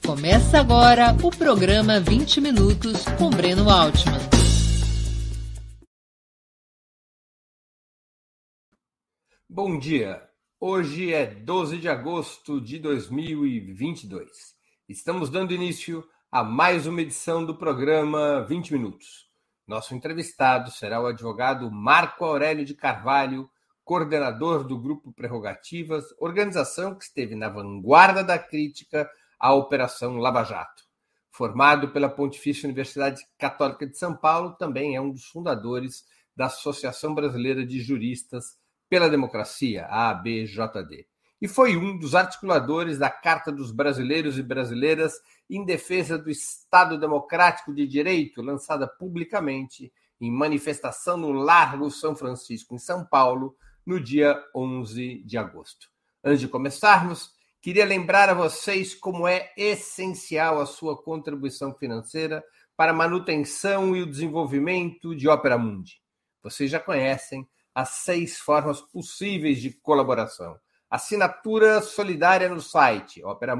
Começa agora o programa 20 Minutos com Breno Altman. Bom dia, hoje é 12 de agosto de 2022. Estamos dando início a mais uma edição do programa 20 Minutos. Nosso entrevistado será o advogado Marco Aurélio de Carvalho, coordenador do Grupo Prerrogativas, organização que esteve na vanguarda da crítica à Operação Lava Jato. Formado pela Pontifícia Universidade Católica de São Paulo, também é um dos fundadores da Associação Brasileira de Juristas pela Democracia, a ABJD. E foi um dos articuladores da Carta dos Brasileiros e Brasileiras em defesa do Estado Democrático de Direito, lançada publicamente em manifestação no Largo São Francisco, em São Paulo, no dia 11 de agosto. Antes de começarmos, queria lembrar a vocês como é essencial a sua contribuição financeira para a manutenção e o desenvolvimento de Opera Mundi. Vocês já conhecem as 6 formas possíveis de colaboração. Assinatura solidária no site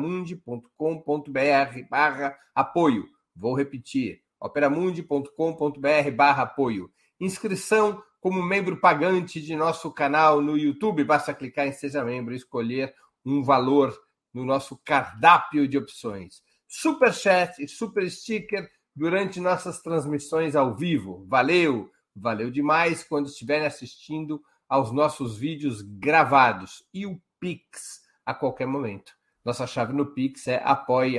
operamundi.com.br/apoio. Vou repetir, operamundi.com.br/apoio. Inscrição como membro pagante de nosso canal no YouTube. Basta clicar em Seja Membro e escolher um valor no nosso cardápio de opções. Superchat e super sticker durante nossas transmissões ao vivo. Valeu! Valeu demais quando estiverem assistindo aos nossos vídeos gravados. E o Pix a qualquer momento. Nossa chave no Pix é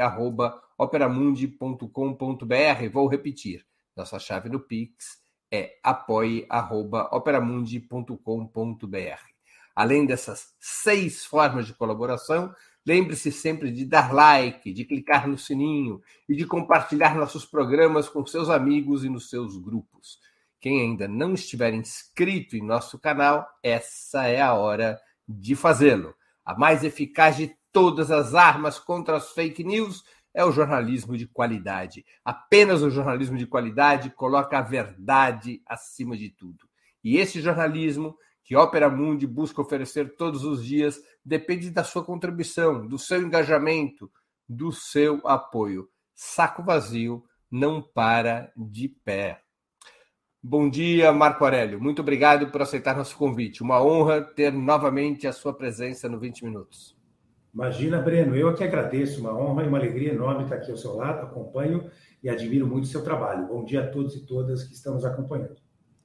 apoie@operamundi.com.br. Vou repetir. Nossa chave no Pix é apoie@operamundi.com.br. Além dessas 6 formas de colaboração, lembre-se sempre de dar like, de clicar no sininho e de compartilhar nossos programas com seus amigos e nos seus grupos. Quem ainda não estiver inscrito em nosso canal, essa é a hora de fazê-lo. A mais eficaz de todas as armas contra as fake news é o jornalismo de qualidade. Apenas o jornalismo de qualidade coloca a verdade acima de tudo. E esse jornalismo que Opera Mundi busca oferecer todos os dias depende da sua contribuição, do seu engajamento, do seu apoio. Saco vazio não para de pé. Bom dia, Marco Aurélio. Muito obrigado por aceitar nosso convite. Uma honra ter novamente a sua presença no 20 Minutos. Imagina, Breno, eu que agradeço. Uma honra e uma alegria enorme estar aqui ao seu lado. Acompanho e admiro muito o seu trabalho. Bom dia a todos e todas que estão nos acompanhando.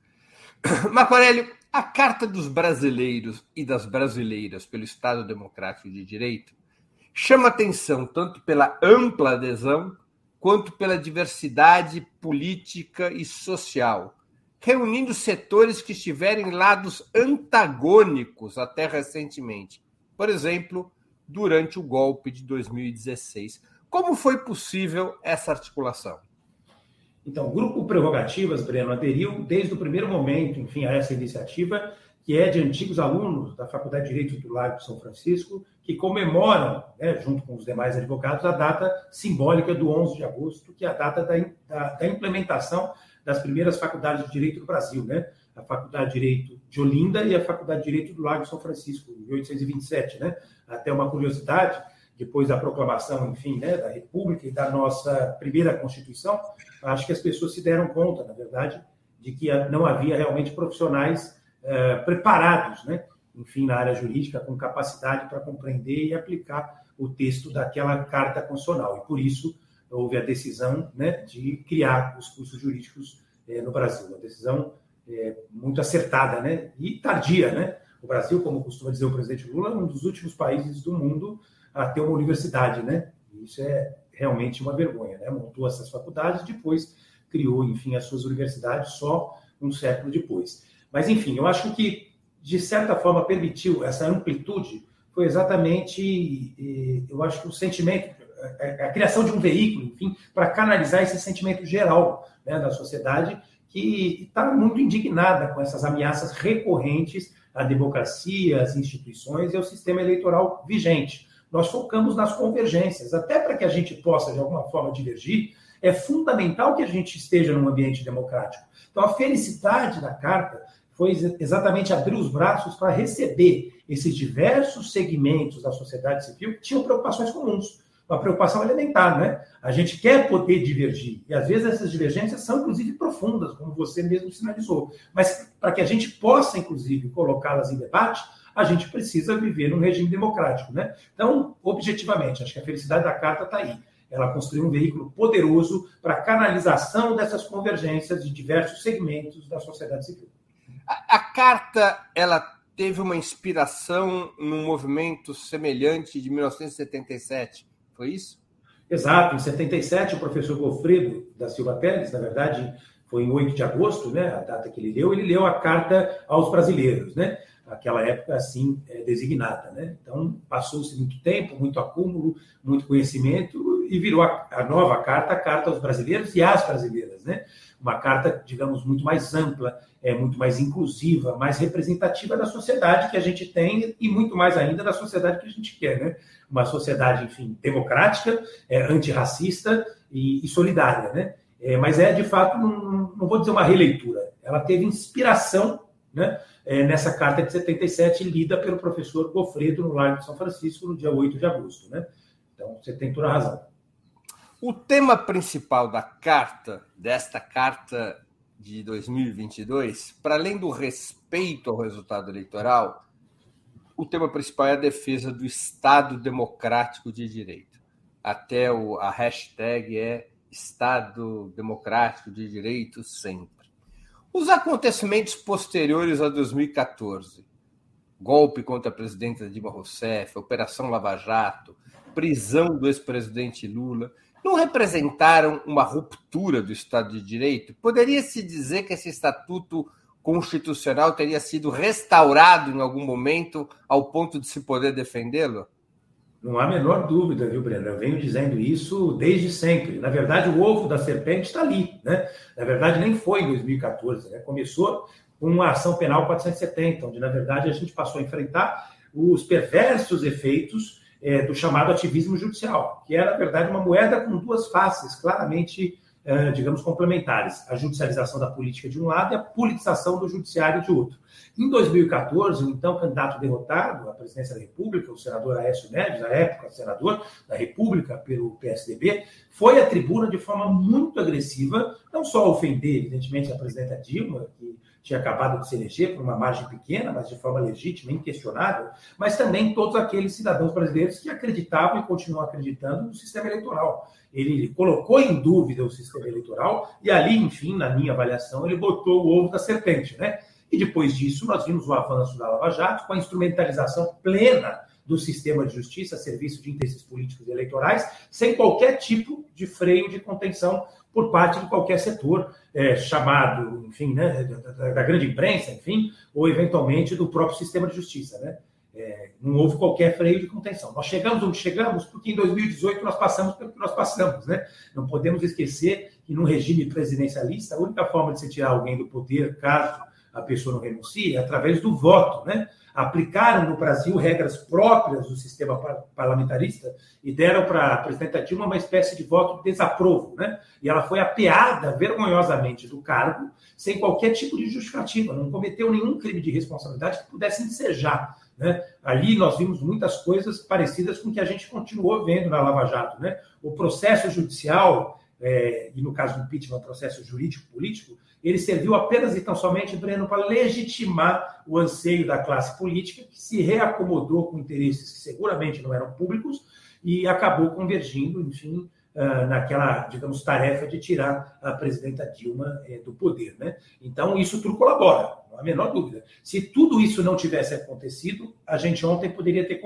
Marco Aurélio, a Carta dos Brasileiros e das Brasileiras pelo Estado Democrático de Direito chama atenção tanto pela ampla adesão quanto pela diversidade política e social, reunindo setores que estiveram em lados antagônicos até recentemente. Por exemplo, durante o golpe de 2016. Como foi possível essa articulação? Então, o Grupo Prerrogativas, Breno, aderiu desde o primeiro momento, enfim, a essa iniciativa, que é de antigos alunos da Faculdade de Direito do Largo de São Francisco, que comemoram, junto com os demais advogados, a data simbólica do 11 de agosto, que é a data da implementação das primeiras faculdades de Direito do Brasil, a Faculdade de Direito de Olinda e a Faculdade de Direito do Largo de São Francisco, em 1827. Até uma curiosidade, depois da proclamação, enfim, da República e da nossa primeira Constituição, acho que as pessoas se deram conta, na verdade, de que não havia realmente profissionais preparados, enfim, na área jurídica, com capacidade para compreender e aplicar o texto daquela Carta Constitucional. E, por isso, houve a decisão de criar os cursos jurídicos no Brasil. Uma decisão muito acertada e tardia. O Brasil, como costuma dizer o presidente Lula, é um dos últimos países do mundo a ter uma universidade. Isso é realmente uma vergonha. Montou essas faculdades, depois criou, enfim, as suas universidades só um século depois. Mas, enfim, eu acho que, de certa forma, permitiu essa amplitude foi exatamente, eu acho que o sentimento, a criação de um veículo, enfim, para canalizar esse sentimento geral da sociedade que está muito indignada com essas ameaças recorrentes à democracia, às instituições e ao sistema eleitoral vigente. Nós focamos nas convergências, até para que a gente possa, de alguma forma, divergir, é fundamental que a gente esteja num ambiente democrático. Então, a felicidade da Carta foi exatamente abrir os braços para receber esses diversos segmentos da sociedade civil que tinham preocupações comuns. uma preocupação elementar, né? A gente quer poder divergir, e às vezes essas divergências são, inclusive, profundas, como você mesmo sinalizou. Mas para que a gente possa, inclusive, colocá-las em debate, a gente precisa viver num regime democrático, né? Então, objetivamente, acho que a felicidade da carta está aí. Ela construiu um veículo poderoso para a canalização dessas convergências de diversos segmentos da sociedade civil. A carta, ela teve uma inspiração num movimento semelhante de 1977, foi isso? Exato. Em 77, o professor Goffredo da Silva Teles, na verdade, foi em 8 de agosto, né, a data que ele leu a Carta aos Brasileiros, né? Aquela época assim designada, né? Então, passou-se muito tempo, muito acúmulo, muito conhecimento e virou a nova carta, a Carta aos Brasileiros e às Brasileiras, né? Uma carta, digamos, muito mais ampla, muito mais inclusiva, mais representativa da sociedade que a gente tem e muito mais ainda da sociedade que a gente quer, né? Uma sociedade, enfim, democrática, antirracista e solidária, né? Mas de fato, não vou dizer uma releitura, ela teve inspiração, né, nessa carta de 77, lida pelo professor Goffredo no Largo de São Francisco, no dia 8 de agosto. Né? Então, você tem toda a razão. O tema principal desta carta de 2022, para além do respeito ao resultado eleitoral, o tema principal é a defesa do Estado Democrático de Direito. Até a hashtag é Estado Democrático de Direito sempre. Os acontecimentos posteriores a 2014, golpe contra a presidenta Dilma Rousseff, Operação Lava Jato, prisão do ex-presidente Lula, não representaram uma ruptura do Estado de Direito? Poderia-se dizer que esse estatuto constitucional teria sido restaurado em algum momento ao ponto de se poder defendê-lo? Não há a menor dúvida, viu, Breno? Eu venho dizendo isso desde sempre. Na verdade, o ovo da serpente está ali, né? Na verdade, nem foi em 2014, né? Começou com uma ação penal 470, onde, na verdade, a gente passou a enfrentar os perversos efeitos do chamado ativismo judicial, que era, na verdade, uma moeda com duas faces claramente, digamos, complementares. A judicialização da política de um lado e a politização do judiciário de outro. Em 2014, o então candidato derrotado à presidência da República, o senador Aécio Neves, à época senador da República pelo PSDB, foi à tribuna de forma muito agressiva, não só ofender, evidentemente, a presidenta Dilma, que tinha acabado de se eleger por uma margem pequena, mas de forma legítima, inquestionável, mas também todos aqueles cidadãos brasileiros que acreditavam e continuam acreditando no sistema eleitoral. Ele colocou em dúvida o sistema eleitoral e ali, enfim, na minha avaliação, ele botou o ovo da serpente, né? E depois disso, nós vimos o avanço da Lava Jato com a instrumentalização plena do sistema de justiça a serviço de interesses políticos e eleitorais, sem qualquer tipo de freio de contenção por parte de qualquer setor, chamado, enfim, né, da grande imprensa, enfim, ou eventualmente do próprio sistema de justiça, né? Não houve qualquer freio de contenção. Nós chegamos onde chegamos porque em 2018 nós passamos pelo que nós passamos, né? Não podemos esquecer que num regime presidencialista, a única forma de se tirar alguém do poder, caso a pessoa não renuncie, é através do voto, né? Aplicaram no Brasil regras próprias do sistema parlamentarista e deram para a presidenta Dilma uma espécie de voto de desaprovo, né? E ela foi apeada vergonhosamente do cargo sem qualquer tipo de justificativa, não cometeu nenhum crime de responsabilidade que pudesse ensejar, né? Ali nós vimos muitas coisas parecidas com o que a gente continuou vendo na Lava Jato, né? O processo judicial, e no caso do impeachment, o processo jurídico-político, ele serviu apenas e tão somente, Breno, para legitimar o anseio da classe política, que se reacomodou com interesses que seguramente não eram públicos e acabou convergindo, enfim, naquela, digamos, tarefa de tirar a presidenta Dilma do poder, né? Então, isso tudo colabora, não há a menor dúvida. Se tudo isso não tivesse acontecido, a gente ontem poderia ter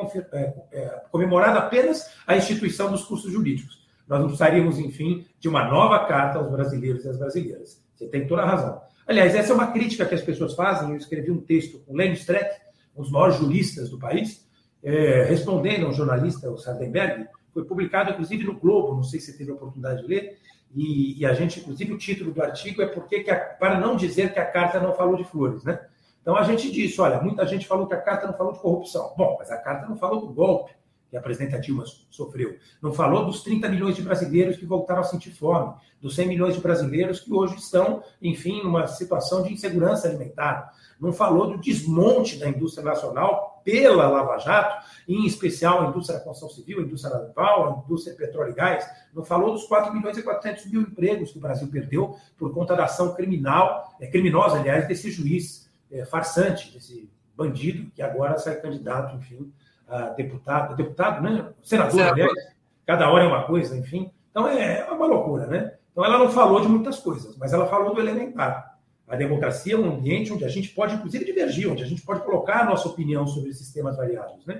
comemorado apenas a instituição dos cursos jurídicos. Nós não precisaríamos, enfim, de uma nova carta aos brasileiros e às brasileiras. Você tem toda a razão. Aliás, essa é uma crítica que as pessoas fazem. Eu escrevi um texto com o Lênin Streck, um dos maiores juristas do país, respondendo a um jornalista, o Sardenberg. Foi publicado, inclusive, no Globo, não sei se você teve a oportunidade de ler, e a gente, inclusive, o título do artigo é para não dizer que a carta não falou de flores, né? Então, a gente disse, olha, muita gente falou que a carta não falou de corrupção. Bom, mas a carta não falou do golpe que a presidenta Dilma sofreu. Não falou dos 30 milhões de brasileiros que voltaram a sentir fome, dos 100 milhões de brasileiros que hoje estão, enfim, numa situação de insegurança alimentar. Não falou do desmonte da indústria nacional pela Lava Jato, em especial a indústria da construção civil, a indústria naval, a indústria de petróleo e gás, não falou dos 4.400.000 empregos que o Brasil perdeu por conta da ação criminosa, aliás, desse juiz farsante, desse bandido, que agora sai candidato, enfim, a deputado, né? Senador, aliás, cada hora é uma coisa, enfim. Então é uma loucura, né? Então ela não falou de muitas coisas, mas ela falou do elementar. A democracia é um ambiente onde a gente pode, inclusive, divergir, onde a gente pode colocar a nossa opinião sobre esses temas variados, né?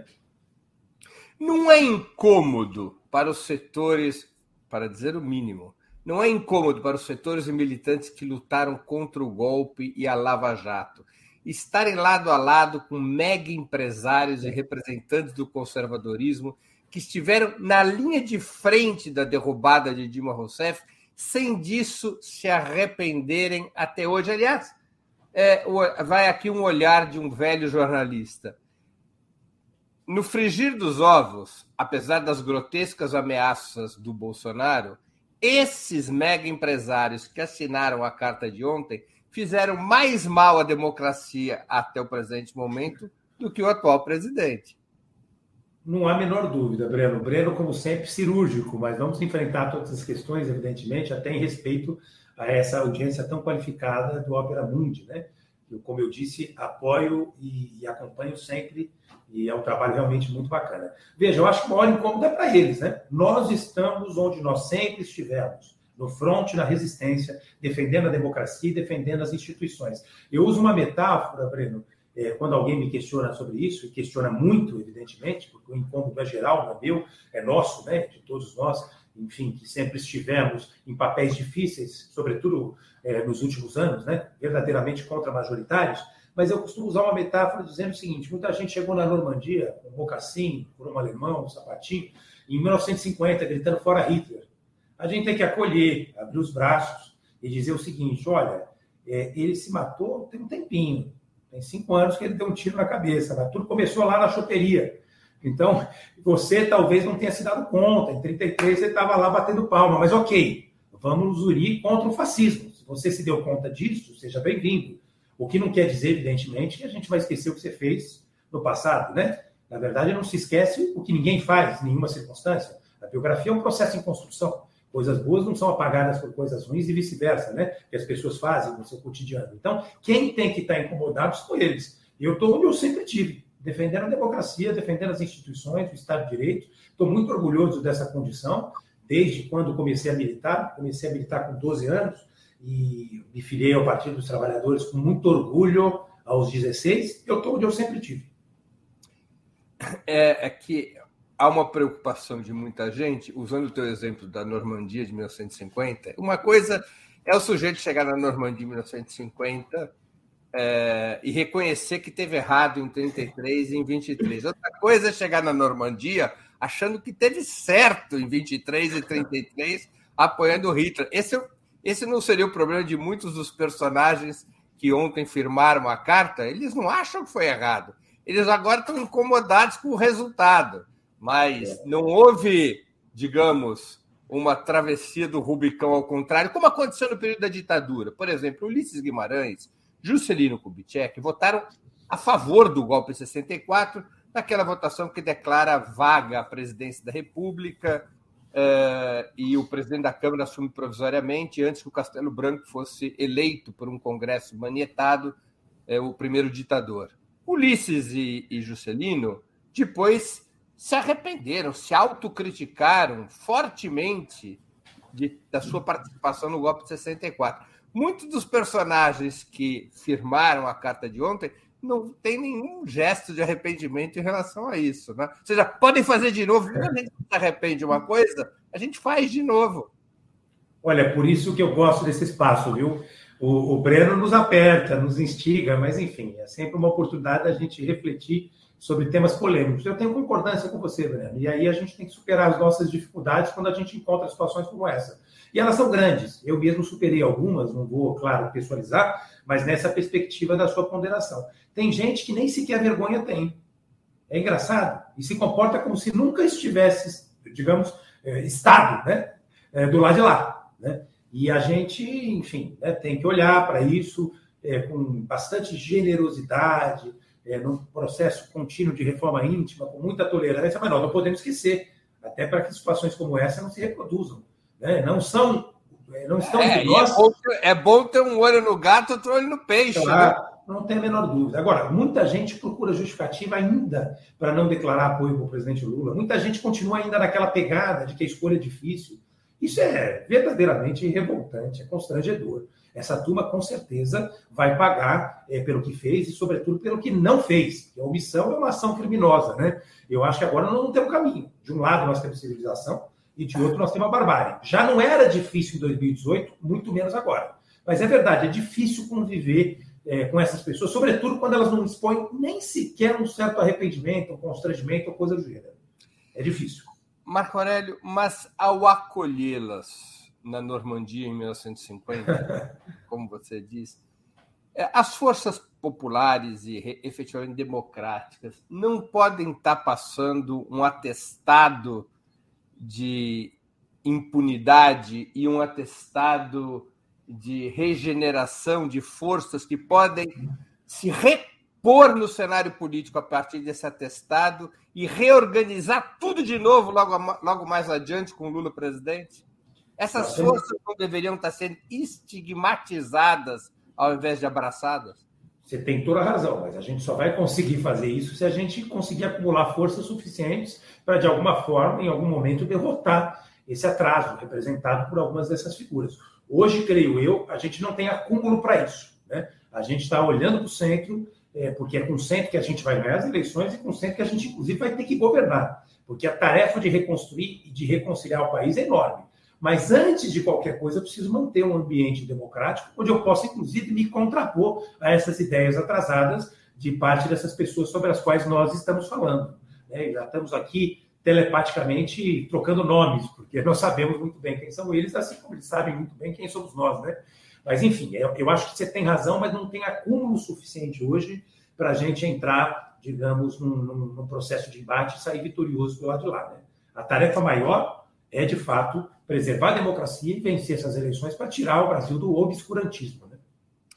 Não é incômodo para os setores, para dizer o mínimo, não é incômodo para os setores e militantes que lutaram contra o golpe e a Lava Jato estarem lado a lado com mega empresários e representantes do conservadorismo que estiveram na linha de frente da derrubada de Dilma Rousseff, sem disso se arrependerem até hoje? Aliás, vai aqui um olhar de um velho jornalista. No frigir dos ovos, apesar das grotescas ameaças do Bolsonaro, esses mega empresários que assinaram a carta de ontem fizeram mais mal à democracia até o presente momento do que o atual presidente. Não há a menor dúvida, Breno. Breno, como sempre, cirúrgico, mas vamos enfrentar todas as questões, evidentemente, até em respeito a essa audiência tão qualificada do Opera Mundi, né? Eu, como eu disse, apoio e acompanho sempre, e é um trabalho realmente muito bacana. Veja, eu acho que o maior incômodo é para eles, né? Nós estamos onde nós sempre estivemos, no fronte, na resistência, defendendo a democracia e defendendo as instituições. Eu uso uma metáfora, Breno, quando alguém me questiona sobre isso, e questiona muito, evidentemente, porque o incômodo é geral, não é meu, é nosso, né, de todos nós, enfim, que sempre estivemos em papéis difíceis, sobretudo nos últimos anos, né, verdadeiramente contra-majoritários, mas eu costumo usar uma metáfora dizendo o seguinte: muita gente chegou na Normandia com um mocassim, com um alemão, um sapatinho, em 1950, gritando fora Hitler. A gente tem que acolher, abrir os braços e dizer o seguinte: olha, ele se matou tem um tempinho, tem 5 anos que ele deu um tiro na cabeça, mas tudo começou lá na choperia. Então, você talvez não tenha se dado conta, em 33 você estava lá batendo palma, mas ok, vamos nos unir contra o fascismo. Se você se deu conta disso, seja bem-vindo. O que não quer dizer, evidentemente, que a gente vai esquecer o que você fez no passado, né? Na verdade, não se esquece o que ninguém faz, em nenhuma circunstância. A biografia é um processo em construção. Coisas boas não são apagadas por coisas ruins e vice-versa, né? Que as pessoas fazem no seu cotidiano. Então, quem tem que estar incomodado são eles. E eu estou onde eu sempre tive, defendendo a democracia, defendendo as instituições, o Estado de Direito. Estou muito orgulhoso dessa condição, desde quando comecei a militar. Comecei a militar com 12 anos e me filiei ao Partido dos Trabalhadores com muito orgulho aos 16. Eu estou onde eu sempre tive. É que há uma preocupação de muita gente, usando o teu exemplo da Normandia de 1950. Uma coisa é o sujeito chegar na Normandia de 1950 e reconhecer que teve errado em 33 e em 23. Outra coisa é chegar na Normandia achando que teve certo em 23 e 33, apoiando o Hitler. Esse não seria o problema de muitos dos personagens que ontem firmaram a carta? Eles não acham que foi errado. Eles agora estão incomodados com o resultado. Mas não houve, digamos, uma travessia do Rubicão ao contrário, como aconteceu no período da ditadura. Por exemplo, Ulisses Guimarães, Juscelino Kubitschek votaram a favor do golpe de 64, naquela votação que declara vaga a presidência da República e o presidente da Câmara assume provisoriamente, antes que o Castelo Branco fosse eleito por um congresso manietado, o primeiro ditador. Ulisses e Juscelino, depois, se arrependeram, se autocriticaram fortemente da sua participação no golpe de 64. Muitos dos personagens que firmaram a carta de ontem não têm nenhum gesto de arrependimento em relação a isso, né? Ou seja, podem fazer de novo. Quando a gente se arrepende de uma coisa, a gente faz de novo. Olha, por isso que eu gosto desse espaço, viu? O Breno nos aperta, nos instiga, mas, enfim, é sempre uma oportunidade da gente refletir sobre temas polêmicos. Eu tenho concordância com você, Breno, e aí a gente tem que superar as nossas dificuldades quando a gente encontra situações como essa. E elas são grandes. Eu mesmo superei algumas, não vou, claro, pessoalizar, mas nessa perspectiva da sua ponderação. Tem gente que nem sequer vergonha tem. É engraçado. E se comporta como se nunca estivesse, digamos, estado, né, do lado de lá, né? E a gente, enfim, né, tem que olhar para isso com bastante generosidade, num processo contínuo de reforma íntima, com muita tolerância, mas nós não podemos esquecer, até para que situações como essa não se reproduzam. Né? Não estão entre nós... É bom ter um olho no gato e outro olho no peixe. Claro, né? Não tem a menor dúvida. Agora, muita gente procura justificativa ainda para não declarar apoio para o presidente Lula. Muita gente continua ainda naquela pegada de que a escolha é difícil. Isso é verdadeiramente revoltante, é constrangedor. Essa turma, com certeza, vai pagar pelo que fez e, sobretudo, pelo que não fez. A omissão é uma ação criminosa, né? Eu acho que agora não tem um caminho. De um lado, nós temos civilização e, de outro, nós temos a barbárie. Já não era difícil em 2018, muito menos agora. Mas é verdade, é difícil conviver com essas pessoas, sobretudo quando elas não expõem nem sequer um certo arrependimento, um constrangimento ou coisa do gênero. É difícil. Marco Aurélio, mas ao acolhê-las na Normandia em 1950, como você diz, as forças populares e efetivamente democráticas não podem estar passando um atestado de impunidade e um atestado de regeneração de forças que podem se repor no cenário político a partir desse atestado e reorganizar tudo de novo logo mais adiante com Lula presidente? Essas forças não deveriam estar sendo estigmatizadas ao invés de abraçadas? Você tem toda a razão, mas a gente só vai conseguir fazer isso se a gente conseguir acumular forças suficientes para, de alguma forma, em algum momento, derrotar esse atraso representado por algumas dessas figuras. Hoje, creio eu, a gente não tem acúmulo para isso. Né? A gente está olhando para o centro, porque é com o centro que a gente vai ganhar as eleições e com o centro que a gente, inclusive, vai ter que governar. Porque a tarefa de reconstruir e de reconciliar o país é enorme. Mas, antes de qualquer coisa, eu preciso manter um ambiente democrático onde eu possa, inclusive, me contrapor a essas ideias atrasadas de parte dessas pessoas sobre as quais nós estamos falando. Já estamos aqui telepaticamente trocando nomes, porque nós sabemos muito bem quem são eles, assim como eles sabem muito bem quem somos nós, né? Mas, enfim, eu acho que você tem razão, mas não tem acúmulo suficiente hoje para a gente entrar, digamos, num processo de embate e sair vitorioso do lado de lá, né? A tarefa maior é, de fato, preservar a democracia e vencer essas eleições para tirar o Brasil do obscurantismo, né?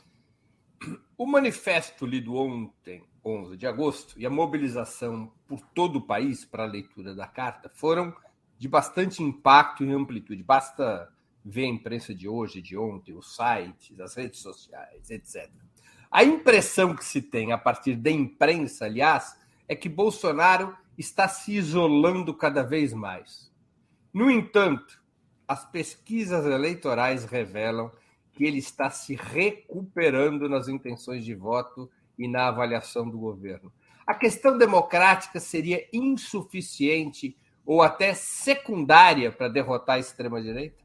O manifesto lido ontem, 11 de agosto, e a mobilização por todo o país para a leitura da carta foram de bastante impacto e amplitude. Basta ver a imprensa de hoje, de ontem, os sites, as redes sociais, etc. A impressão que se tem a partir da imprensa, aliás, é que Bolsonaro está se isolando cada vez mais. No entanto, as pesquisas eleitorais revelam que ele está se recuperando nas intenções de voto e na avaliação do governo. A questão democrática seria insuficiente ou até secundária para derrotar a extrema-direita?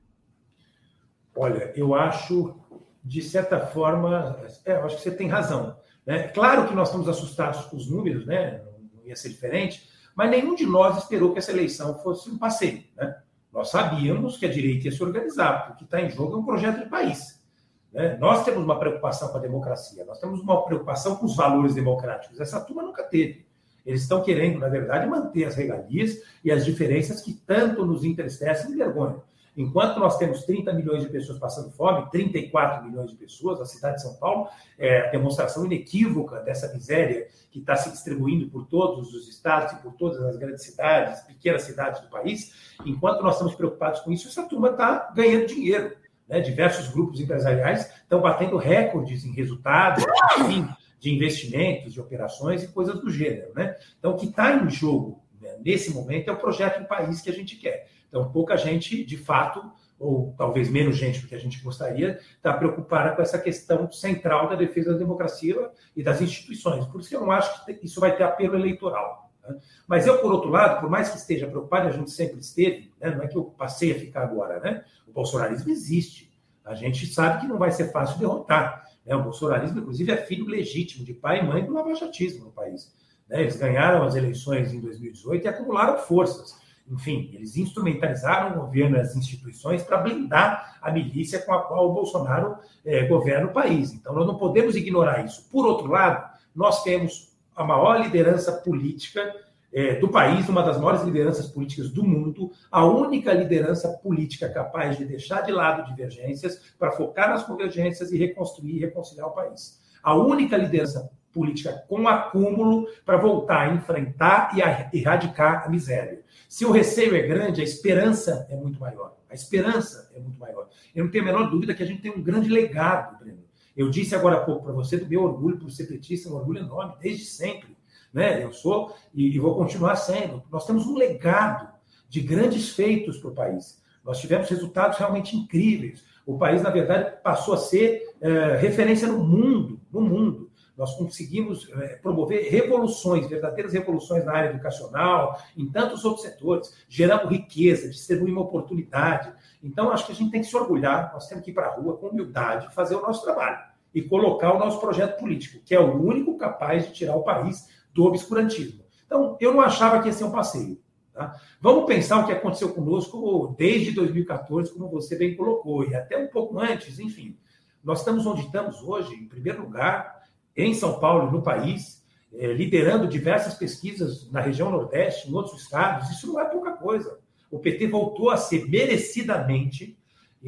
Olha, eu acho, de certa forma, eu acho que você tem razão. Né? Claro que nós estamos assustados com os números, né? Não ia ser diferente, mas nenhum de nós esperou que essa eleição fosse um passeio. Né? Nós sabíamos que a direita ia se organizar, porque o que está em jogo é um projeto de país. Né? Nós temos uma preocupação com a democracia, nós temos uma preocupação com os valores democráticos. Essa turma nunca teve. Eles estão querendo, na verdade, manter as regalias e as diferenças que tanto nos entristecem e vergonham. Enquanto nós temos 30 milhões de pessoas passando fome, 34 milhões de pessoas, a cidade de São Paulo é a demonstração inequívoca dessa miséria que está se distribuindo por todos os estados e por todas as grandes cidades, pequenas cidades do país. Enquanto nós estamos preocupados com isso, essa turma está ganhando dinheiro. Né? Diversos grupos empresariais estão batendo recordes em resultados, enfim, de investimentos, de operações e coisas do gênero. Né? Então, o que está em jogo, né, nesse momento é o projeto de país que a gente quer. Então, pouca gente, de fato, ou talvez menos gente do que a gente gostaria, está preocupada com essa questão central da defesa da democracia e das instituições. Por isso que eu não acho que isso vai ter apelo eleitoral. Né? Mas eu, por outro lado, por mais que esteja preocupado, a gente sempre esteve, né? Não é que eu passei a ficar agora, né? O bolsonarismo existe. A gente sabe que não vai ser fácil derrotar. Né? O bolsonarismo, inclusive, é filho legítimo de pai e mãe do lavajatismo no país. Né? Eles ganharam as eleições em 2018 e acumularam forças. Enfim, eles instrumentalizaram o governo e as instituições para blindar a milícia com a qual o Bolsonaro governa o país. Então, nós não podemos ignorar isso. Por outro lado, nós temos a maior liderança política do país, uma das maiores lideranças políticas do mundo, a única liderança política capaz de deixar de lado divergências para focar nas convergências e reconstruir e reconciliar o país. A única liderança política com acúmulo para voltar a enfrentar e a erradicar a miséria. Se o receio é grande, a esperança é muito maior. A esperança é muito maior. Eu não tenho a menor dúvida que a gente tem um grande legado, Breno. Eu disse agora há pouco para você do meu orgulho por ser petista, um orgulho enorme, desde sempre. Né? Eu sou e vou continuar sendo. Nós temos um legado de grandes feitos para o país. Nós tivemos resultados realmente incríveis. O país, na verdade, passou a ser referência no mundo. Nós conseguimos promover revoluções, verdadeiras revoluções na área educacional, em tantos outros setores. Geramos riqueza, distribuímos oportunidade. Então, acho que a gente tem que se orgulhar, nós temos que ir para a rua com humildade, fazer o nosso trabalho e colocar o nosso projeto político, que é o único capaz de tirar o país do obscurantismo. Então, eu não achava que ia ser um passeio. Tá? Vamos pensar o que aconteceu conosco desde 2014, como você bem colocou, e até um pouco antes, enfim. Nós estamos onde estamos hoje, em primeiro lugar, em São Paulo, no país, liderando diversas pesquisas na região Nordeste, em outros estados. Isso não é pouca coisa. O PT voltou a ser merecidamente,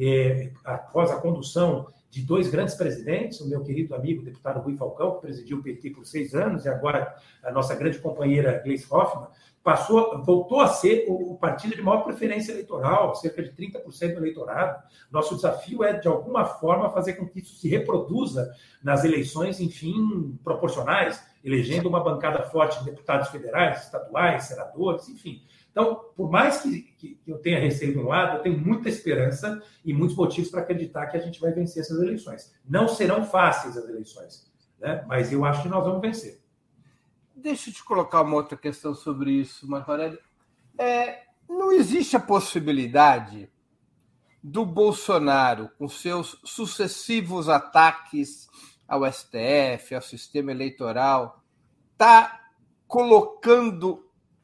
após a condução de dois grandes presidentes, o meu querido amigo, o deputado Rui Falcão, que presidiu o PT por 6 anos, e agora a nossa grande companheira Gleice Hoffmann, voltou a ser o partido de maior preferência eleitoral, cerca de 30% do eleitorado. Nosso desafio é, de alguma forma, fazer com que isso se reproduza nas eleições, enfim, proporcionais, elegendo uma bancada forte de deputados federais, estaduais, senadores, enfim. Então, por mais que eu tenha receio de um lado, eu tenho muita esperança e muitos motivos para acreditar que a gente vai vencer essas eleições. Não serão fáceis as eleições, né? Mas eu acho que nós vamos vencer. Deixa eu te colocar uma outra questão sobre isso, Marco Aurélio. Não existe a possibilidade do Bolsonaro, com seus sucessivos ataques ao STF, ao sistema eleitoral, tá colocando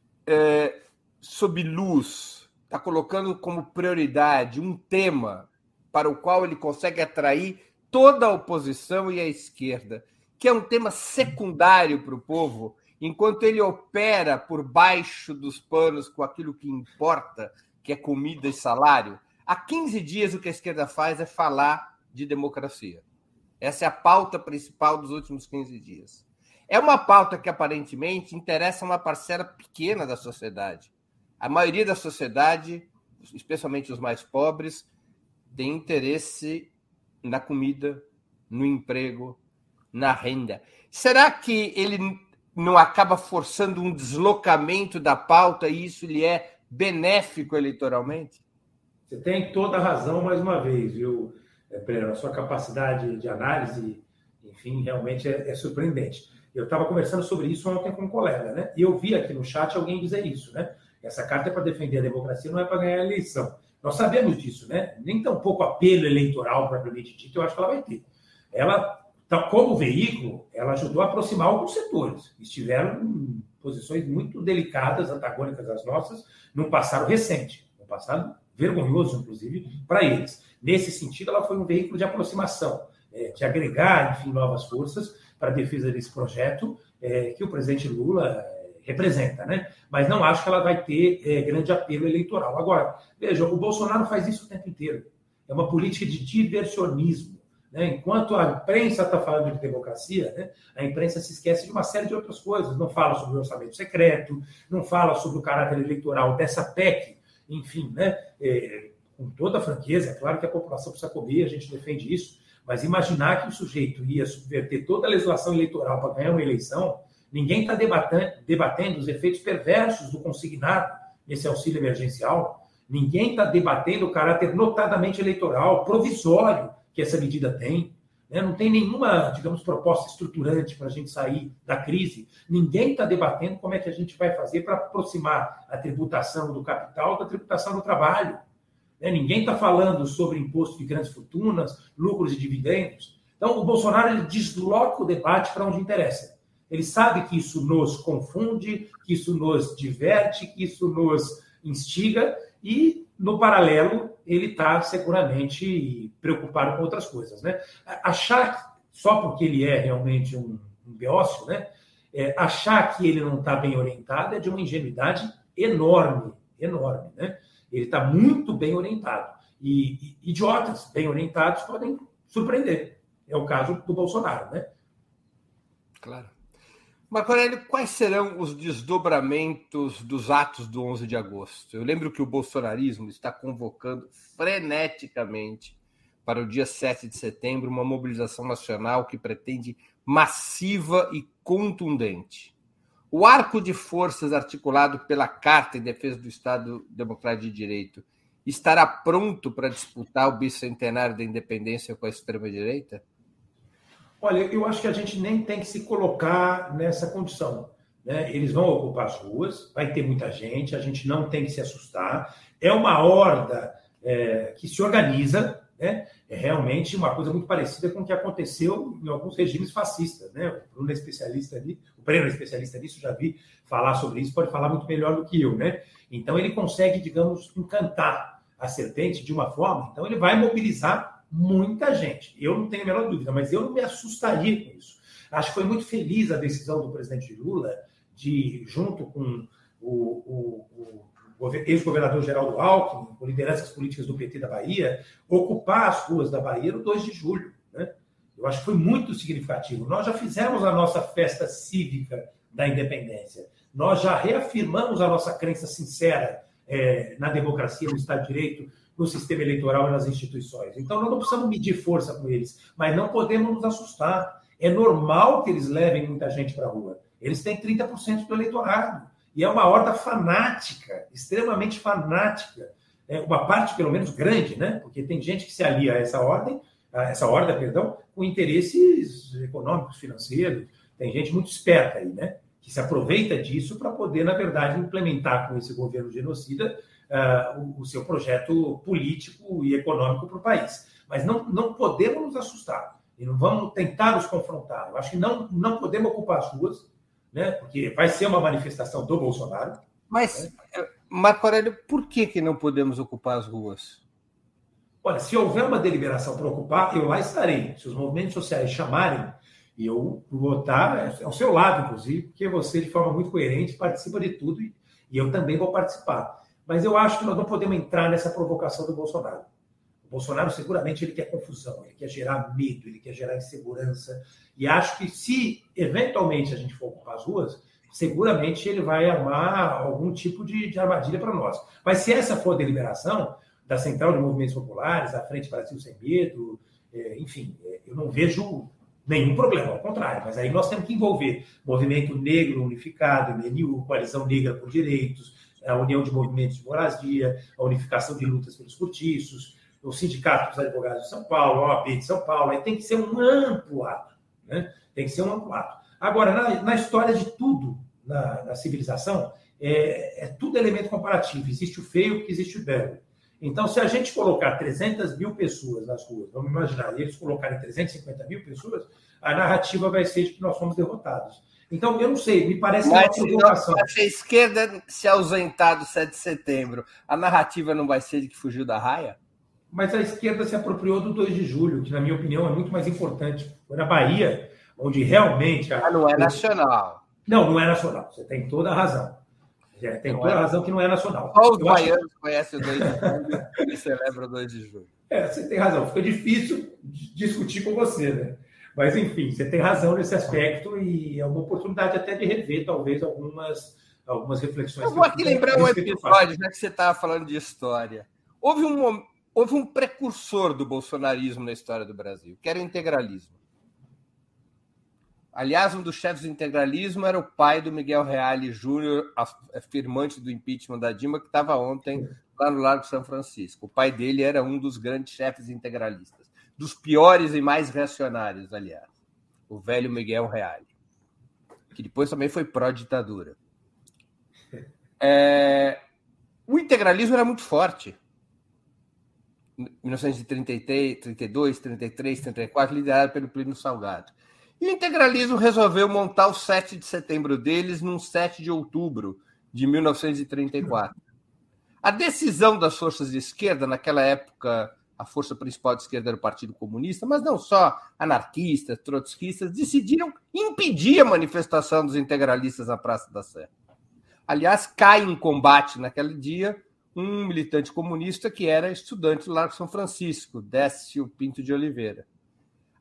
sob luz, está colocando como prioridade um tema para o qual ele consegue atrair toda a oposição e a esquerda, que é um tema secundário para o povo, enquanto ele opera por baixo dos panos com aquilo que importa, que é comida e salário. Há 15 dias o que a esquerda faz é falar de democracia. Essa é a pauta principal dos últimos 15 dias. É uma pauta que aparentemente interessa uma parcela pequena da sociedade. A maioria da sociedade, especialmente os mais pobres, tem interesse na comida, no emprego, na renda. Será que ele não acaba forçando um deslocamento da pauta e isso lhe é benéfico eleitoralmente? Você tem toda a razão, mais uma vez, viu, Breno? A sua capacidade de análise, enfim, realmente é surpreendente. Eu estava conversando sobre isso ontem com um colega, né? E eu vi aqui no chat alguém dizer isso, né? Essa carta é para defender a democracia, não é para ganhar a eleição. Nós sabemos disso, né? Nem tão pouco apelo eleitoral, propriamente dito, eu acho que ela vai ter. Ela, como veículo, ela ajudou a aproximar alguns setores. Estiveram em posições muito delicadas, antagônicas às nossas, num passado recente, num passado vergonhoso, inclusive, para eles. Nesse sentido, ela foi um veículo de aproximação, de agregar, enfim, novas forças para a defesa desse projeto que o presidente Lula representa, né? Mas não acho que ela vai ter grande apelo eleitoral. Agora, veja, o Bolsonaro faz isso o tempo inteiro. É uma política de diversionismo, né? Enquanto a imprensa está falando de democracia, né, a imprensa se esquece de uma série de outras coisas. Não fala sobre o orçamento secreto, não fala sobre o caráter eleitoral dessa PEC, enfim, né? Com toda a franqueza, é claro que a população precisa comer, a gente defende isso, mas imaginar que o sujeito ia subverter toda a legislação eleitoral para ganhar uma eleição, ninguém está debatendo os efeitos perversos do consignado nesse auxílio emergencial, ninguém está debatendo o caráter notadamente eleitoral, provisório, que essa medida tem, né? Não tem nenhuma, digamos, proposta estruturante para a gente sair da crise, ninguém está debatendo como é que a gente vai fazer para aproximar a tributação do capital da tributação do trabalho. Ninguém está falando sobre imposto de grandes fortunas, lucros e dividendos. Então, o Bolsonaro ele desloca o debate para onde interessa. Ele sabe que isso nos confunde, que isso nos diverte, que isso nos instiga e, no paralelo, ele está seguramente preocupado com outras coisas, né? Achar, só porque ele é realmente um beócio, né? Achar que ele não está bem orientado é de uma ingenuidade enorme, né? Ele está muito bem orientado. E idiotas bem orientados podem surpreender. É o caso do Bolsonaro, né? Claro. Marco Aurélio, quais serão os desdobramentos dos atos do 11 de agosto? Eu lembro que o bolsonarismo está convocando freneticamente para o dia 7 de setembro uma mobilização nacional que pretende massiva e contundente. O arco de forças articulado pela Carta em Defesa do Estado Democrático de Direito estará pronto para disputar o bicentenário da independência com a extrema-direita? Olha, eu acho que a gente nem tem que se colocar nessa condição, né? Eles vão ocupar as ruas, vai ter muita gente, a gente não tem que se assustar. É uma horda que se organiza, né? É realmente uma coisa muito parecida com o que aconteceu em alguns regimes fascistas, né? O Bruno é especialista ali, o Breno é especialista nisso, já vi falar sobre isso, pode falar muito melhor do que eu, né? Então ele consegue, digamos, encantar a serpente de uma forma, então ele vai mobilizar muita gente. Eu não tenho a menor dúvida, mas eu não me assustaria com isso. Acho que foi muito feliz a decisão do presidente Lula de, junto com o ex-governador Geraldo Alckmin, com lideranças políticas do PT da Bahia, ocupar as ruas da Bahia no 2 de julho. Né? Eu acho que foi muito significativo. Nós já fizemos a nossa festa cívica da independência. Nós já reafirmamos a nossa crença sincera na democracia, no Estado de Direito, no sistema eleitoral e nas instituições. Então, nós não precisamos medir força com eles, mas não podemos nos assustar. É normal que eles levem muita gente para a rua. Eles têm 30% do eleitorado. E é uma horda fanática, extremamente fanática. Uma parte, pelo menos, grande, né? Porque tem gente que se alia a essa horda, com interesses econômicos, financeiros. Tem gente muito esperta aí, né? Que se aproveita disso para poder, na verdade, implementar com esse governo genocida o seu projeto político e econômico para o país. Mas não podemos nos assustar e não vamos tentar nos confrontar. Eu acho que não podemos ocupar as ruas, né? Porque vai ser uma manifestação do Bolsonaro. Mas, Marco Aurélio, por que não podemos ocupar as ruas? Olha, se houver uma deliberação para ocupar, eu lá estarei. Se os movimentos sociais chamarem, eu vou estar ao seu lado, inclusive, porque você, de forma muito coerente, participa de tudo e eu também vou participar. Mas eu acho que nós não podemos entrar nessa provocação do Bolsonaro. O Bolsonaro, seguramente, ele quer confusão, ele quer gerar medo, ele quer gerar insegurança. E acho que se, eventualmente, a gente for ocupar as ruas, seguramente ele vai armar algum tipo de armadilha para nós. Mas se essa for a deliberação da Central de Movimentos Populares, da Frente Brasil Sem Medo, enfim, eu não vejo nenhum problema, ao contrário. Mas aí nós temos que envolver Movimento Negro Unificado, MNU, Coalizão Negra por Direitos, a União de Movimentos de Moradia, a Unificação de Lutas pelos Cortiços, o Sindicato dos Advogados de São Paulo, a OAB de São Paulo. Aí tem que ser um amplo ato, né? Tem que ser um amplo ato. Agora, na história de tudo, na civilização, é tudo elemento comparativo. Existe o feio porque existe o belo. Então, se a gente colocar 300 mil pessoas nas ruas, vamos imaginar, eles colocarem 350 mil pessoas, a narrativa vai ser de que nós fomos derrotados. Então, eu não sei, me parece uma provocação. Se a esquerda se ausentar do 7 de setembro, a narrativa não vai ser de que fugiu da raia? Mas a esquerda se apropriou do 2 de julho, que, na minha opinião, é muito mais importante. Foi na Bahia, onde realmente... não é nacional. Não é nacional. Você tem toda a razão. Tem toda a razão que não é nacional. Só os baianos conhecem o 2 de julho e celebram o 2 de julho. Você tem razão. Fica difícil discutir com você, né? Mas, enfim, você tem razão nesse aspecto e é uma oportunidade até de rever, talvez, algumas reflexões. Eu vou aqui lembrar um episódio, já que você estava falando de história. Houve um precursor do bolsonarismo na história do Brasil, que era o integralismo. Aliás, um dos chefes do integralismo era o pai do Miguel Reale Júnior, afirmante do impeachment da Dilma, que estava ontem lá no Largo São Francisco. O pai dele era um dos grandes chefes integralistas, dos piores e mais reacionários, aliás, o velho Miguel Reale, que depois também foi pró-ditadura. O integralismo era muito forte. 1933, 32, 33, 34, liderado pelo Plínio Salgado. E o integralismo resolveu montar o 7 de setembro deles num 7 de outubro de 1934. A decisão das forças de esquerda, naquela época, a força principal de esquerda era o Partido Comunista, mas não só anarquistas, trotskistas, decidiram impedir a manifestação dos integralistas na Praça da Sé. Aliás, cai em combate naquele dia um militante comunista que era estudante do Largo São Francisco, Décio Pinto de Oliveira.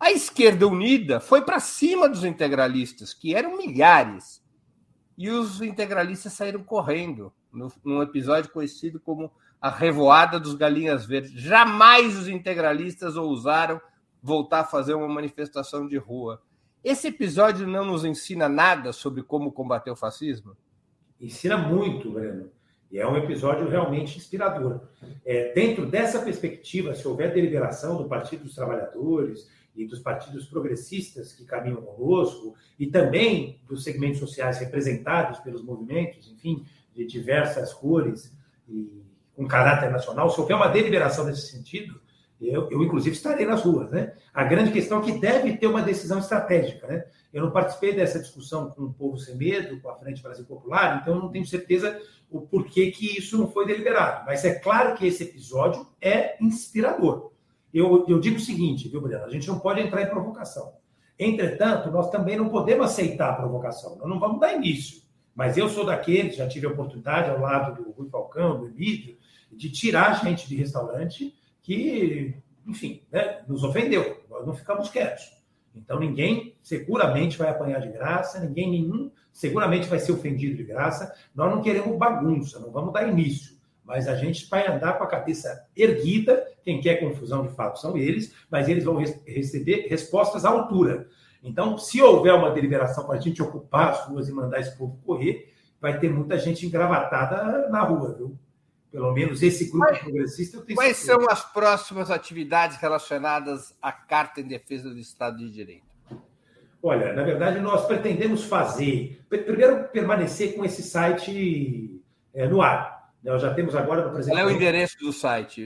A esquerda unida foi para cima dos integralistas, que eram milhares, e os integralistas saíram correndo, num episódio conhecido como a Revoada dos Galinhas Verdes. Jamais os integralistas ousaram voltar a fazer uma manifestação de rua. Esse episódio não nos ensina nada sobre como combater o fascismo? Ensina muito, Breno. E é um episódio realmente inspirador. Dentro dessa perspectiva, se houver deliberação do Partido dos Trabalhadores e dos partidos progressistas que caminham conosco, e também dos segmentos sociais representados pelos movimentos, enfim, de diversas cores e com caráter nacional, se houver uma deliberação nesse sentido, eu inclusive, estarei nas ruas, né? A grande questão é que deve ter uma decisão estratégica, né? Eu não participei dessa discussão com o Povo Sem Medo, com a Frente Brasil Popular, então eu não tenho certeza o porquê que isso não foi deliberado. Mas é claro que esse episódio é inspirador. Eu digo o seguinte, viu, Breno? A gente não pode entrar em provocação. Entretanto, nós também não podemos aceitar a provocação. Nós não vamos dar início. Mas eu sou daqueles, já tive a oportunidade, ao lado do Rui Falcão, do Emílio, de tirar gente de restaurante que, enfim, né, nos ofendeu. Nós não ficamos quietos. Então, ninguém seguramente vai apanhar de graça, nenhum seguramente vai ser ofendido de graça. Nós não queremos bagunça, não vamos dar início. Mas a gente vai andar com a cabeça erguida. Quem quer confusão, de fato, são eles, mas eles vão receber respostas à altura. Então, se houver uma deliberação para a gente ocupar as ruas e mandar esse povo correr, vai ter muita gente engravatada na rua, viu? Pelo menos esse grupo progressista eu tenho Quais certeza. são as próximas atividades relacionadas à Carta em Defesa do Estado de Direito? Olha, na verdade, nós pretendemos primeiro, permanecer com esse site no ar. Nós já temos agora no presente. Qual é o endereço do site?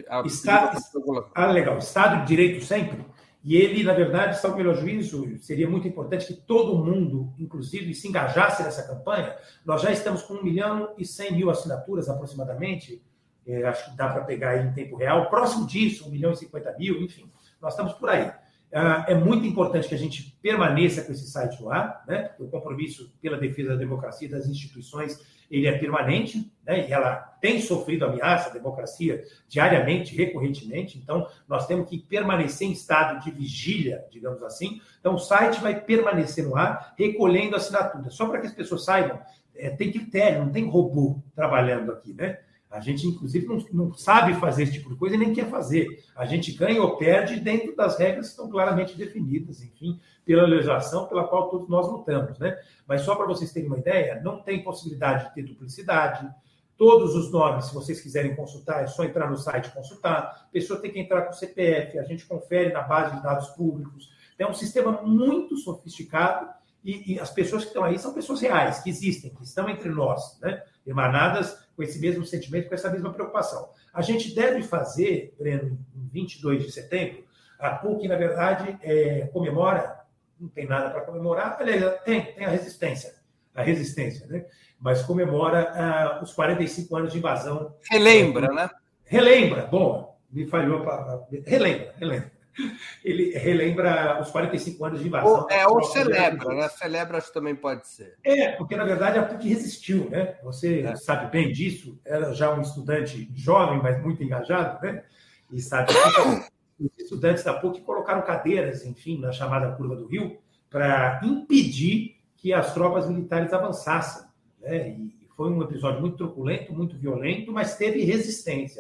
Legal. Estado de Direito sempre. E ele, na verdade, salvo o melhor juízo, seria muito importante que todo mundo, inclusive, se engajasse nessa campanha. Nós já estamos com 1.100.000 assinaturas, aproximadamente. Acho que dá para pegar aí em tempo real. Próximo disso, 1.050.000, enfim. Nós estamos por aí. É muito importante que a gente permaneça com esse site no ar, né? O compromisso pela defesa da democracia e das instituições, ele é permanente, né? E ela tem sofrido ameaça à democracia diariamente, recorrentemente. Então, nós temos que permanecer em estado de vigília, digamos assim. Então, o site vai permanecer no ar, recolhendo assinaturas. Só para que as pessoas saibam, tem critério, não tem robô trabalhando aqui, né? A gente, inclusive, não sabe fazer esse tipo de coisa e nem quer fazer. A gente ganha ou perde dentro das regras que estão claramente definidas, enfim, pela legislação pela qual todos nós lutamos, né? Mas só para vocês terem uma ideia, não tem possibilidade de ter duplicidade. Todos os nomes, se vocês quiserem consultar, é só entrar no site e consultar. A pessoa tem que entrar com o CPF, a gente confere na base de dados públicos. É um sistema muito sofisticado e as pessoas que estão aí são pessoas reais, que existem, que estão entre nós, né? Emanadas com esse mesmo sentimento, com essa mesma preocupação. A gente deve fazer, Breno, em 22 de setembro, a PUC, na verdade, comemora, não tem nada para comemorar, aliás, tem a resistência, né? Mas comemora os 45 anos de invasão. Relembra, né? Relembra, bom, me falhou relembra. Ele relembra os 45 anos de invasão. Ou celebra, né? Celebra acho que também pode ser. Porque, na verdade, a PUC resistiu, né? Você sabe bem disso, era já um estudante jovem, mas muito engajado, né? E sabe que os estudantes da PUC colocaram cadeiras, enfim, na chamada Curva do Rio, para impedir que as tropas militares avançassem, né? E foi um episódio muito truculento, muito violento, mas teve resistência.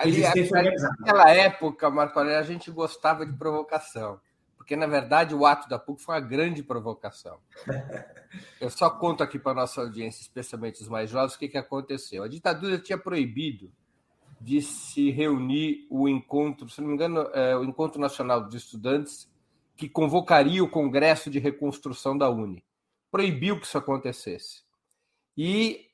Naquela época, Marco Aurélio, a gente gostava de provocação, porque, na verdade, o ato da PUC foi uma grande provocação. Eu só conto aqui para a nossa audiência, especialmente os mais jovens, o que aconteceu. A ditadura tinha proibido de se reunir o encontro, se não me engano, o Encontro Nacional dos Estudantes, que convocaria o Congresso de Reconstrução da UNE. Proibiu que isso acontecesse. E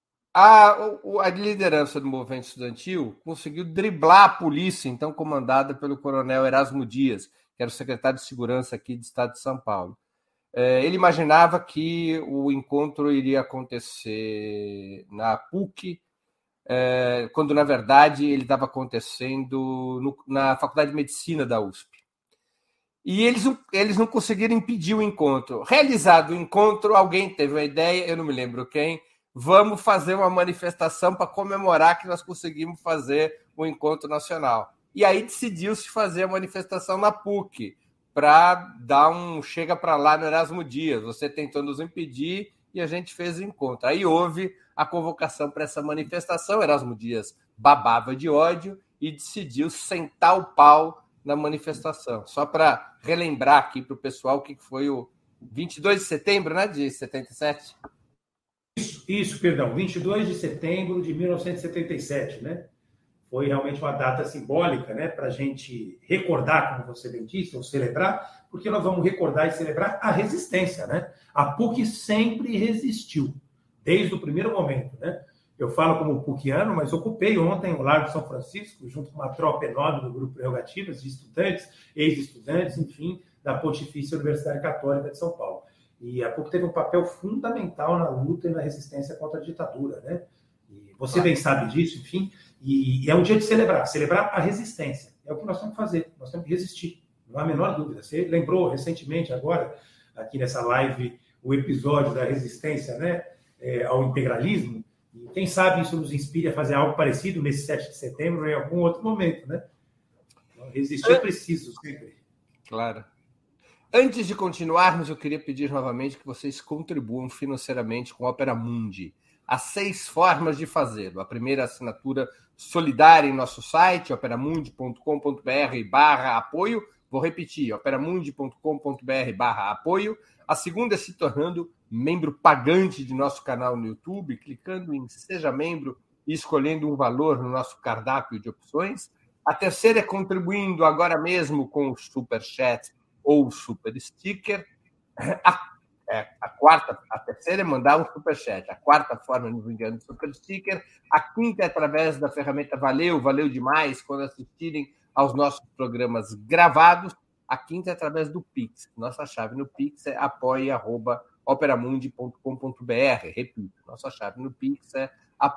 a liderança do movimento estudantil conseguiu driblar a polícia, então comandada pelo coronel Erasmo Dias, que era o secretário de Segurança aqui do Estado de São Paulo. Ele imaginava que o encontro iria acontecer na PUC, quando, na verdade, ele estava acontecendo na Faculdade de Medicina da USP. E eles não conseguiram impedir o encontro. Realizado o encontro, alguém teve uma ideia, eu não me lembro quem, vamos fazer uma manifestação para comemorar que nós conseguimos fazer o encontro nacional. E aí decidiu-se fazer a manifestação na PUC. para dar um chega para lá no Erasmo Dias. Você tentou nos impedir e a gente fez o encontro. Aí houve a convocação para essa manifestação. Erasmo Dias babava de ódio e decidiu sentar o pau na manifestação. Só para relembrar aqui para o pessoal o que foi o 22 de setembro, né, de 77? Isso, perdão, 22 de setembro de 1977, né? Foi realmente uma data simbólica, né, para a gente recordar, como você bem disse, ou celebrar, porque nós vamos recordar e celebrar a resistência, né? A PUC sempre resistiu, desde o primeiro momento, né? Eu falo como PUCiano, mas ocupei ontem o Largo de São Francisco, junto com uma tropa enorme do Grupo Prerrogativas, de estudantes, ex-estudantes, enfim, da Pontifícia Universidade Católica de São Paulo. E a PUC teve um papel fundamental na luta e na resistência contra a ditadura, né? E você bem sabe disso, enfim, e é um dia de celebrar a resistência. É o que nós temos que fazer, nós temos que resistir, não há a menor dúvida. Você lembrou recentemente, agora, aqui nessa live, o episódio da resistência, né, ao integralismo, e quem sabe isso nos inspire a fazer algo parecido nesse 7 de setembro ou em algum outro momento, né? Então, resistir é preciso sempre. Claro. Antes de continuarmos, eu queria pedir novamente que vocês contribuam financeiramente com a Opera Mundi. Há 6 formas de fazê-lo. A primeira, assinatura solidária em nosso site, operamundi.com.br/apoio. Vou repetir, operamundi.com.br/apoio. A segunda é se tornando membro pagante de nosso canal no YouTube, clicando em Seja Membro e escolhendo um valor no nosso cardápio de opções. A terceira é contribuindo agora mesmo com o Super Chat ou o Super Sticker. A terceira é mandar um superchat. A quarta forma é nos enviando super sticker. A quinta é através da ferramenta valeu demais quando assistirem aos nossos programas gravados. A quinta é através do Pix. Nossa chave no Pix é apoia@operamundi.com.br. Repito, nossa chave no Pix é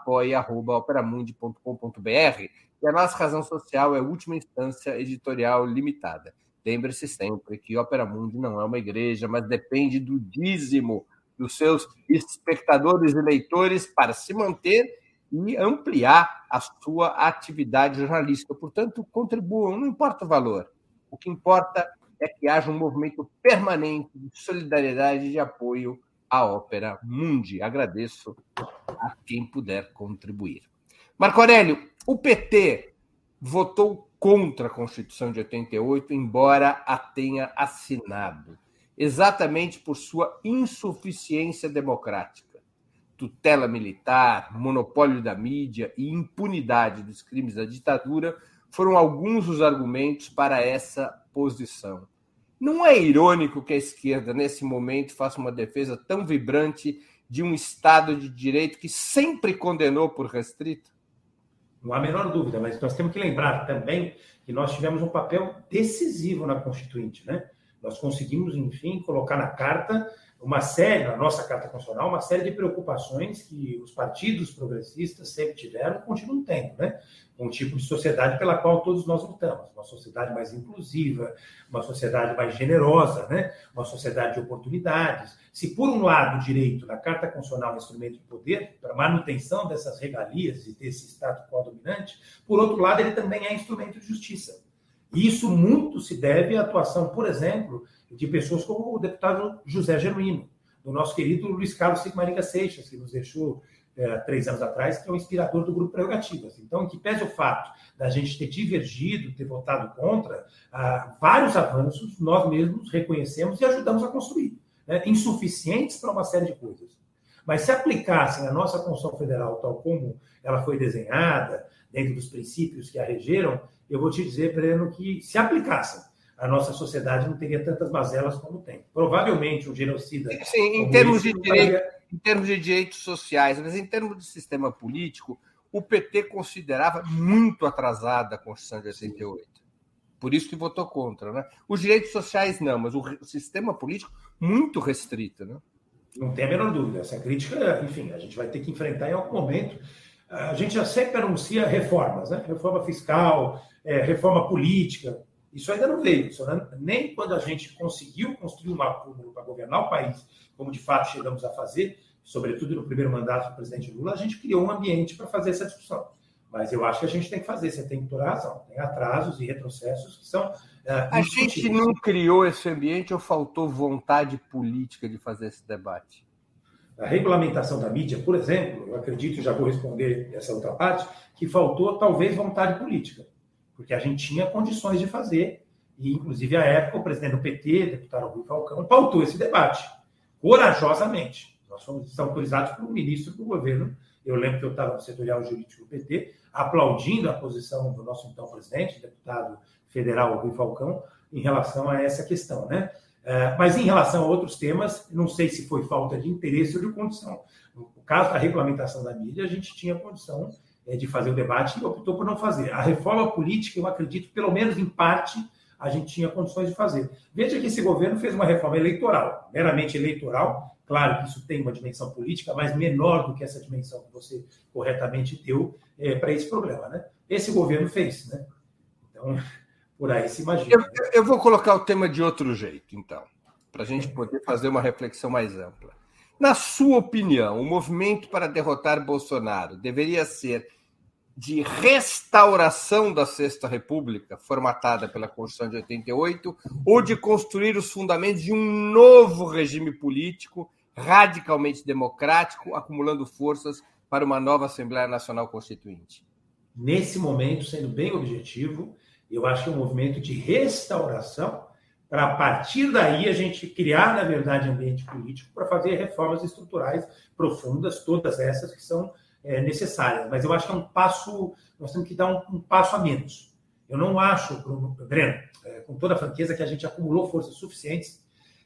apoia@operamundi.com.br. E a nossa razão social é última instância editorial limitada. Lembre-se sempre que Opera Mundi não é uma igreja, mas depende do dízimo dos seus espectadores e leitores para se manter e ampliar a sua atividade jornalística. Portanto, contribuam, não importa o valor. O que importa é que haja um movimento permanente de solidariedade e de apoio à Opera Mundi. Agradeço a quem puder contribuir. Marco Aurélio, o PT votou contra a Constituição de 88, embora a tenha assinado, exatamente por sua insuficiência democrática. Tutela militar, monopólio da mídia e impunidade dos crimes da ditadura foram alguns dos argumentos para essa posição. Não é irônico que a esquerda, nesse momento, faça uma defesa tão vibrante de um Estado de Direito que sempre condenou por restrito? Não há a menor dúvida, mas nós temos que lembrar também que nós tivemos um papel decisivo na Constituinte, né? Nós conseguimos, enfim, colocar na carta uma série, na nossa Carta Constitucional, uma série de preocupações que os partidos progressistas sempre tiveram e continuam tendo, né? Um tipo de sociedade pela qual todos nós lutamos, uma sociedade mais inclusiva, uma sociedade mais generosa, né? Uma sociedade de oportunidades. Se, por um lado, o direito da Carta Constitucional é um instrumento de poder para a manutenção dessas regalias e desse status quo dominante, por outro lado, ele também é instrumento de justiça. E isso muito se deve à atuação, por exemplo, de pessoas como o deputado José Genuíno, do nosso querido Luiz Carlos Sigmaringa Seixas, que nos deixou 3 anos atrás, que é o inspirador do Grupo Prerrogativas. Então, em que pese o fato da gente ter divergido, ter votado contra, vários avanços nós mesmos reconhecemos e ajudamos a construir, né? Insuficientes para uma série de coisas. Mas se aplicassem a nossa Constituição Federal tal como ela foi desenhada, dentro dos princípios que a regeram, eu vou te dizer, Breno, que se aplicassem, a nossa sociedade não teria tantas mazelas como tem. Provavelmente um genocida... Sim, em termos de direitos sociais, mas em termos de sistema político, o PT considerava muito atrasada a Constituição de 88. Por isso que votou contra, né? Os direitos sociais não, mas o sistema político muito restrito, né? Não tem a menor dúvida. Essa crítica, enfim, a gente vai ter que enfrentar em algum momento. A gente já sempre anuncia reformas, né? Reforma fiscal, reforma política. Isso ainda não veio. Nem quando a gente conseguiu construir uma acúmulo para governar o país, como de fato chegamos a fazer, sobretudo no primeiro mandato do presidente Lula, a gente criou um ambiente para fazer essa discussão. Mas eu acho que a gente tem que fazer, você tem toda a razão. Tem atrasos e retrocessos que são A gente não criou esse ambiente ou faltou vontade política de fazer esse debate? A regulamentação da mídia, por exemplo, eu acredito, já vou responder essa outra parte, que faltou talvez vontade política, porque a gente tinha condições de fazer, e inclusive à época o presidente do PT, deputado Rui Falcão, pautou esse debate, corajosamente. Nós fomos autorizados pelo ministro do governo. Eu lembro que eu estava no setorial jurídico do PT, aplaudindo a posição do nosso então presidente, deputado federal Rui Falcão, em relação a essa questão, né? Mas em relação a outros temas, não sei se foi falta de interesse ou de condição. No caso da regulamentação da mídia, a gente tinha condição de fazer o debate e optou por não fazer. A reforma política, eu acredito, pelo menos em parte, a gente tinha condições de fazer. Veja que esse governo fez uma reforma eleitoral, meramente eleitoral. Claro que isso tem uma dimensão política, mas menor do que essa dimensão que você corretamente deu para esse problema, né? Esse governo fez, né? Então, por aí se imagina. Eu vou colocar o tema de outro jeito, então, para a gente poder fazer uma reflexão mais ampla. Na sua opinião, o movimento para derrotar Bolsonaro deveria ser de restauração da Sexta República, formatada pela Constituição de 88, ou de construir os fundamentos de um novo regime político radicalmente democrático, acumulando forças para uma nova Assembleia Nacional Constituinte? Nesse momento, sendo bem objetivo, eu acho que é um movimento de restauração para, a partir daí, a gente criar, na verdade, ambiente político para fazer reformas estruturais profundas, todas essas que são necessárias. Mas eu acho que é um passo, nós temos que dar um passo a menos. Eu não acho, Breno, com toda a franqueza, que a gente acumulou forças suficientes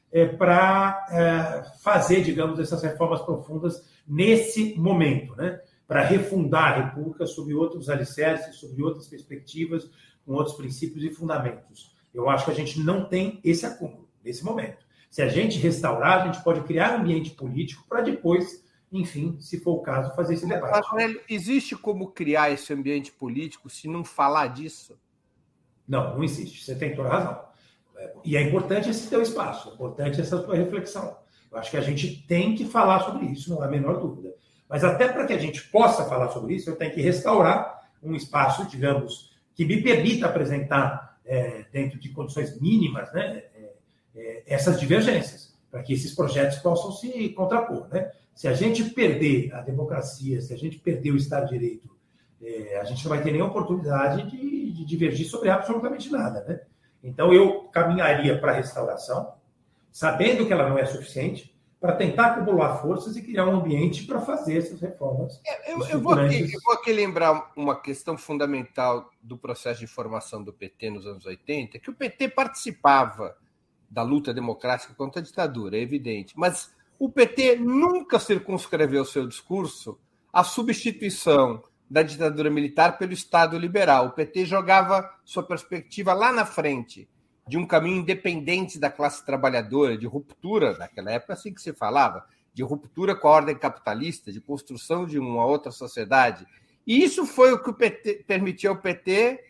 para fazer, digamos, essas reformas profundas nesse momento, né? Para refundar a República sob outros alicerces, sob outras perspectivas, com outros princípios e fundamentos. Eu acho que a gente não tem esse acúmulo nesse momento. Se a gente restaurar, a gente pode criar um ambiente político para depois, enfim, se for o caso, fazer esse debate. Mas, existe como criar esse ambiente político se não falar disso? Não, não existe. Você tem toda a razão. E é importante esse teu espaço, é importante essa tua reflexão. Eu acho que a gente tem que falar sobre isso, não há a menor dúvida. Mas até para que a gente possa falar sobre isso, eu tenho que restaurar um espaço, digamos, que me permita apresentar, dentro de condições mínimas, né, essas divergências, para que esses projetos possam se contrapor, né? Se a gente perder a democracia, se a gente perder o Estado de Direito, a gente não vai ter nenhuma oportunidade de divergir sobre absolutamente nada, né? Então, eu caminharia para a restauração, sabendo que ela não é suficiente, para tentar acumular forças e criar um ambiente para fazer essas reformas. Eu vou aqui lembrar uma questão fundamental do processo de formação do PT nos anos 80, que o PT participava da luta democrática contra a ditadura, é evidente, mas o PT nunca circunscreveu seu discurso à substituição da ditadura militar pelo Estado liberal. O PT jogava sua perspectiva lá na frente, de um caminho independente da classe trabalhadora, de ruptura, naquela época assim que se falava, de ruptura com a ordem capitalista, de construção de uma outra sociedade. E isso foi o que o PT, permitiu ao PT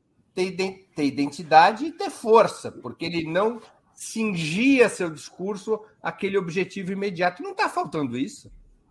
ter identidade e ter força, porque ele não cingia seu discurso àquele objetivo imediato. Não está faltando isso?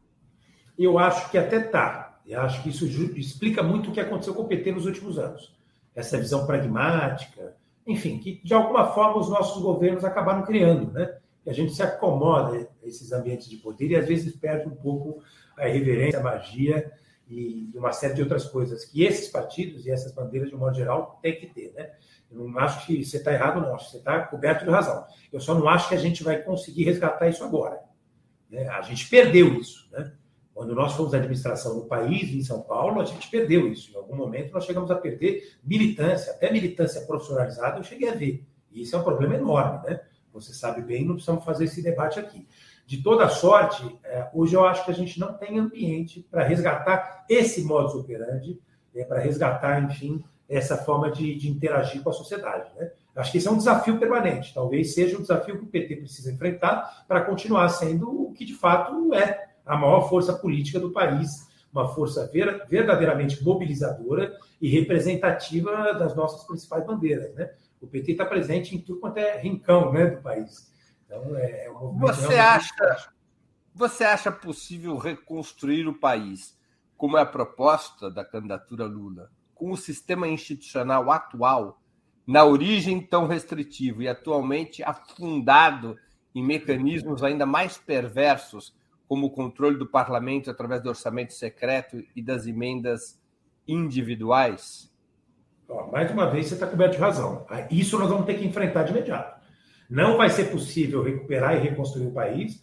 Eu acho que até está. Eu acho que isso explica muito o que aconteceu com o PT nos últimos anos. Essa visão pragmática, enfim, que de alguma forma os nossos governos acabaram criando, né? E a gente se acomoda a esses ambientes de poder e às vezes perde um pouco a irreverência, a magia e uma série de outras coisas que esses partidos e essas bandeiras, de um modo geral, têm que ter, né? Eu não acho que você está errado, não. Acho que você está coberto de razão. Eu só não acho que a gente vai conseguir resgatar isso agora, né? A gente perdeu isso, né? Quando nós fomos à administração do país, em São Paulo, a gente perdeu isso. Em algum momento, nós chegamos a perder militância, até militância profissionalizada, eu cheguei a ver. E isso é um problema enorme, né? Você sabe bem, não precisamos fazer esse debate aqui. De toda sorte, hoje eu acho que a gente não tem ambiente para resgatar esse modus operandi, para resgatar, enfim, essa forma de interagir com a sociedade, né? Acho que esse é um desafio permanente. Talvez seja um desafio que o PT precisa enfrentar para continuar sendo o que, de fato, é a maior força política do país, uma força verdadeiramente mobilizadora e representativa das nossas principais bandeiras, né? O PT está presente em tudo quanto é rincão, né, do país. Então, um movimento Você acha possível reconstruir o país como é a proposta da candidatura Lula, com o sistema institucional atual, na origem tão restritivo e atualmente afundado em mecanismos ainda mais perversos, como o controle do parlamento através do orçamento secreto e das emendas individuais? Mais uma vez, você está coberto de razão. Isso nós vamos ter que enfrentar de imediato. Não vai ser possível recuperar e reconstruir o país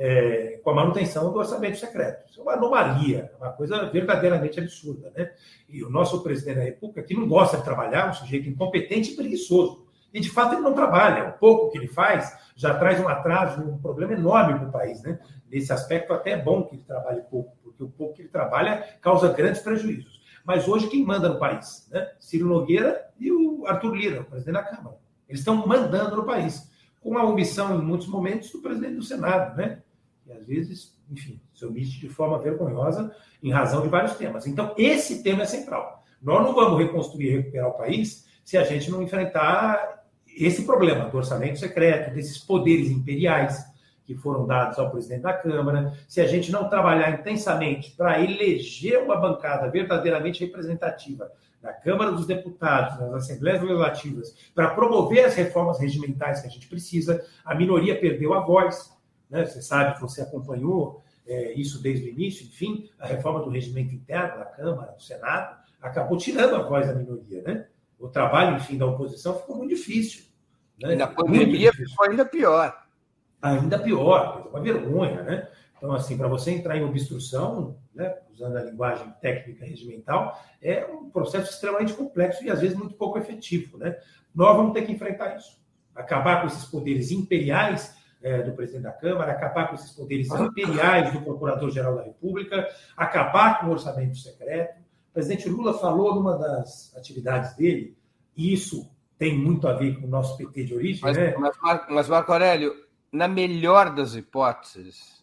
com a manutenção do orçamento secreto. Isso é uma anomalia, uma coisa verdadeiramente absurda, né? E o nosso presidente da República, que não gosta de trabalhar, um sujeito incompetente e preguiçoso. E, de fato, ele não trabalha. O pouco que ele faz já traz um atraso, um problema enorme para o país, né? Nesse aspecto, até é bom que ele trabalhe pouco, porque o pouco que ele trabalha causa grandes prejuízos. Mas hoje quem manda no país? Né? Ciro Nogueira e o Arthur Lira, o presidente da Câmara. Eles estão mandando no país, com a omissão, em muitos momentos, do presidente do Senado, né? E às vezes, enfim, se omite de forma vergonhosa em razão de vários temas. Então, esse tema é central. Nós não vamos reconstruir e recuperar o país se a gente não enfrentar esse problema do orçamento secreto, desses poderes imperiais que foram dados ao presidente da Câmara, se a gente não trabalhar intensamente para eleger uma bancada verdadeiramente representativa na Câmara dos Deputados, nas Assembleias Legislativas, para promover as reformas regimentais que a gente precisa, a minoria perdeu a voz, né? Você sabe que você acompanhou isso desde o início, enfim, a reforma do regimento interno da Câmara, do Senado, acabou tirando a voz da minoria, né? O trabalho, enfim, da oposição ficou muito difícil. Né? E na pandemia ficou ainda pior. Ainda pior, uma vergonha, né? Então, assim, para você entrar em obstrução, né, usando a linguagem técnica regimental, é um processo extremamente complexo e, às vezes, muito pouco efetivo, né? Nós vamos ter que enfrentar isso. Acabar com esses poderes imperiais do presidente da Câmara, acabar com esses poderes imperiais do Procurador-Geral da República, acabar com o orçamento secreto. O presidente Lula falou numa das atividades dele, e isso tem muito a ver com o nosso PT de origem, né? Mas Marco Aurélio, na melhor das hipóteses,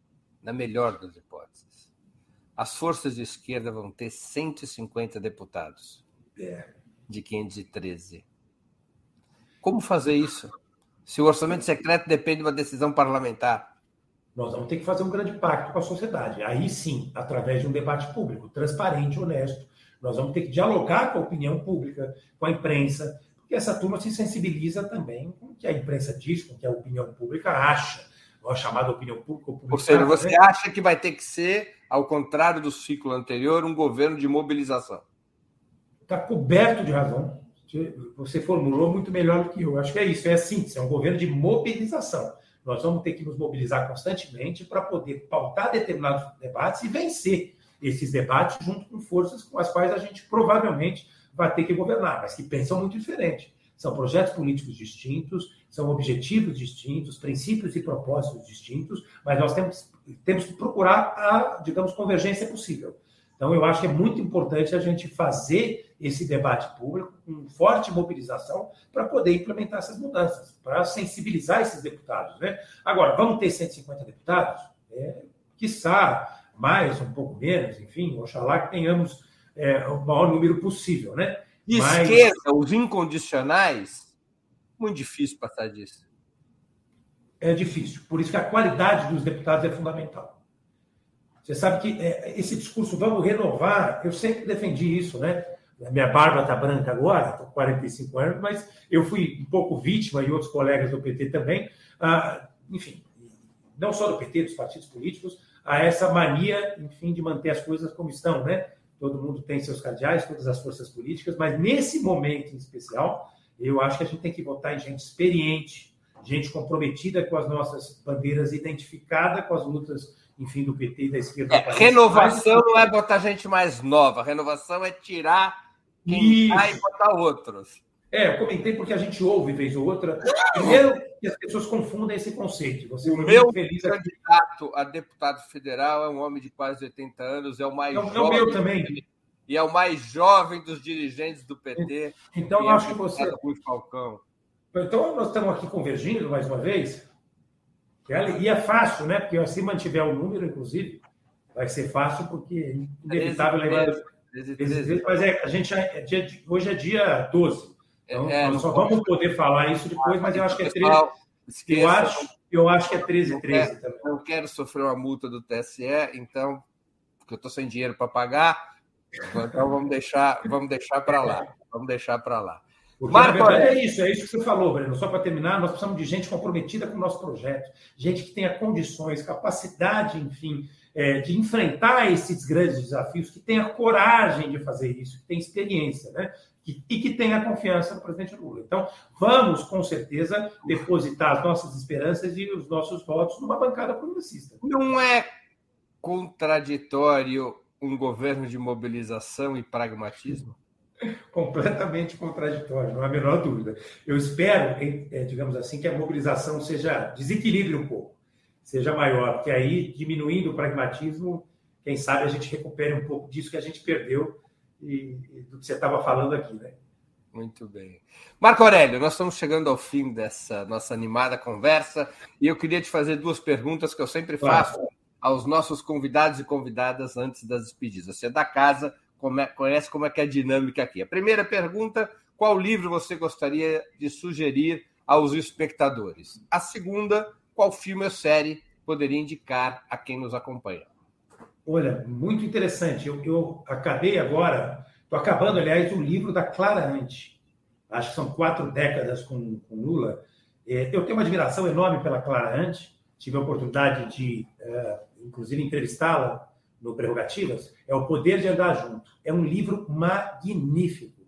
as forças de esquerda vão ter 150 deputados de 513. Como fazer isso? Se o orçamento secreto depende de uma decisão parlamentar. Nós vamos ter que fazer um grande pacto com a sociedade. Aí sim, através de um debate público, transparente, honesto. Nós vamos ter que dialogar com a opinião pública, com a imprensa, porque essa turma se sensibiliza também com o que a imprensa diz, com o que a opinião pública acha. A chamada opinião pública. Ou seja, você acha que vai ter que ser, ao contrário do ciclo anterior, um governo de mobilização? Está coberto de razão. Você formulou muito melhor do que eu. Acho que é isso, é assim, é um governo de mobilização. Nós vamos ter que nos mobilizar constantemente para poder pautar determinados debates e vencer esses debates junto com forças com as quais a gente provavelmente vai ter que governar, mas que pensam muito diferente. São projetos políticos distintos, são objetivos distintos, princípios e propósitos distintos, mas nós temos que procurar a, digamos, convergência possível. Então, eu acho que é muito importante a gente fazer esse debate público com forte mobilização para poder implementar essas mudanças, para sensibilizar esses deputados, né? Agora, vamos ter 150 deputados? Quiçá mais, um pouco menos, enfim, oxalá que tenhamos o maior número possível, né? De esquerda, os incondicionais, muito difícil passar disso. É difícil, por isso que a qualidade dos deputados é fundamental. Você sabe que esse discurso, vamos renovar, eu sempre defendi isso, né? Minha barba está branca agora, estou com 45 anos, mas eu fui um pouco vítima, e outros colegas do PT também, enfim, não só do PT, dos partidos políticos, a essa mania, enfim, de manter as coisas como estão, né? Todo mundo tem seus cardeais, todas as forças políticas, mas nesse momento em especial, eu acho que a gente tem que votar em gente experiente, gente comprometida com as nossas bandeiras, identificada com as lutas, enfim, do PT e da esquerda. Renovação não é botar gente mais nova, renovação é tirar quem está e botar outros. Eu comentei porque a gente ouve vez ou outra. Primeiro, que as pessoas confundem esse conceito. O meu candidato a deputado federal é um homem de quase 80 anos, é o mais jovem. É o meu também. E é o mais jovem dos dirigentes do PT. Então, eu acho que você... Falcão. Então, nós estamos aqui convergindo mais uma vez. E é fácil, né? Porque se mantiver o número, inclusive, vai ser fácil, porque é inevitável levar... Mas a gente hoje é dia 12. Então, nós só vamos poder falar isso depois, mas eu acho que é 13. Eu acho que é 13 também. Não quero sofrer uma multa do TSE, então porque eu estou sem dinheiro para pagar, então vamos deixar para lá. Vamos deixar para lá. Porque, na verdade, é isso que você falou, Breno. Só para terminar, nós precisamos de gente comprometida com o nosso projeto, gente que tenha condições, capacidade, enfim, de enfrentar esses grandes desafios, que tenha coragem de fazer isso, que tenha experiência, né? E que tenha confiança no presidente Lula. Então, vamos, com certeza, depositar as nossas esperanças e os nossos votos numa bancada progressista. Não é contraditório um governo de mobilização e pragmatismo? Completamente contraditório, não há a menor dúvida. Eu espero, digamos assim, que a mobilização desequilibre um pouco, seja maior, porque aí, diminuindo o pragmatismo, quem sabe a gente recupere um pouco disso que a gente perdeu e do que você estava falando aqui, né? Muito bem. Marco Aurélio, nós estamos chegando ao fim dessa nossa animada conversa e eu queria te fazer 2 perguntas que eu sempre faço aos nossos convidados e convidadas antes das despedidas. Você é da casa, conhece como é que é a dinâmica aqui. A primeira pergunta, qual livro você gostaria de sugerir aos espectadores? A segunda, qual filme ou série poderia indicar a quem nos acompanha? Olha, muito interessante. Eu acabei agora, estou acabando, aliás, o livro da Clara Ante. Acho que são 4 décadas com Lula. Eu tenho uma admiração enorme pela Clara Ante. Tive a oportunidade de, inclusive, entrevistá-la no Prerrogativas. É O Poder de Andar Junto. É um livro magnífico,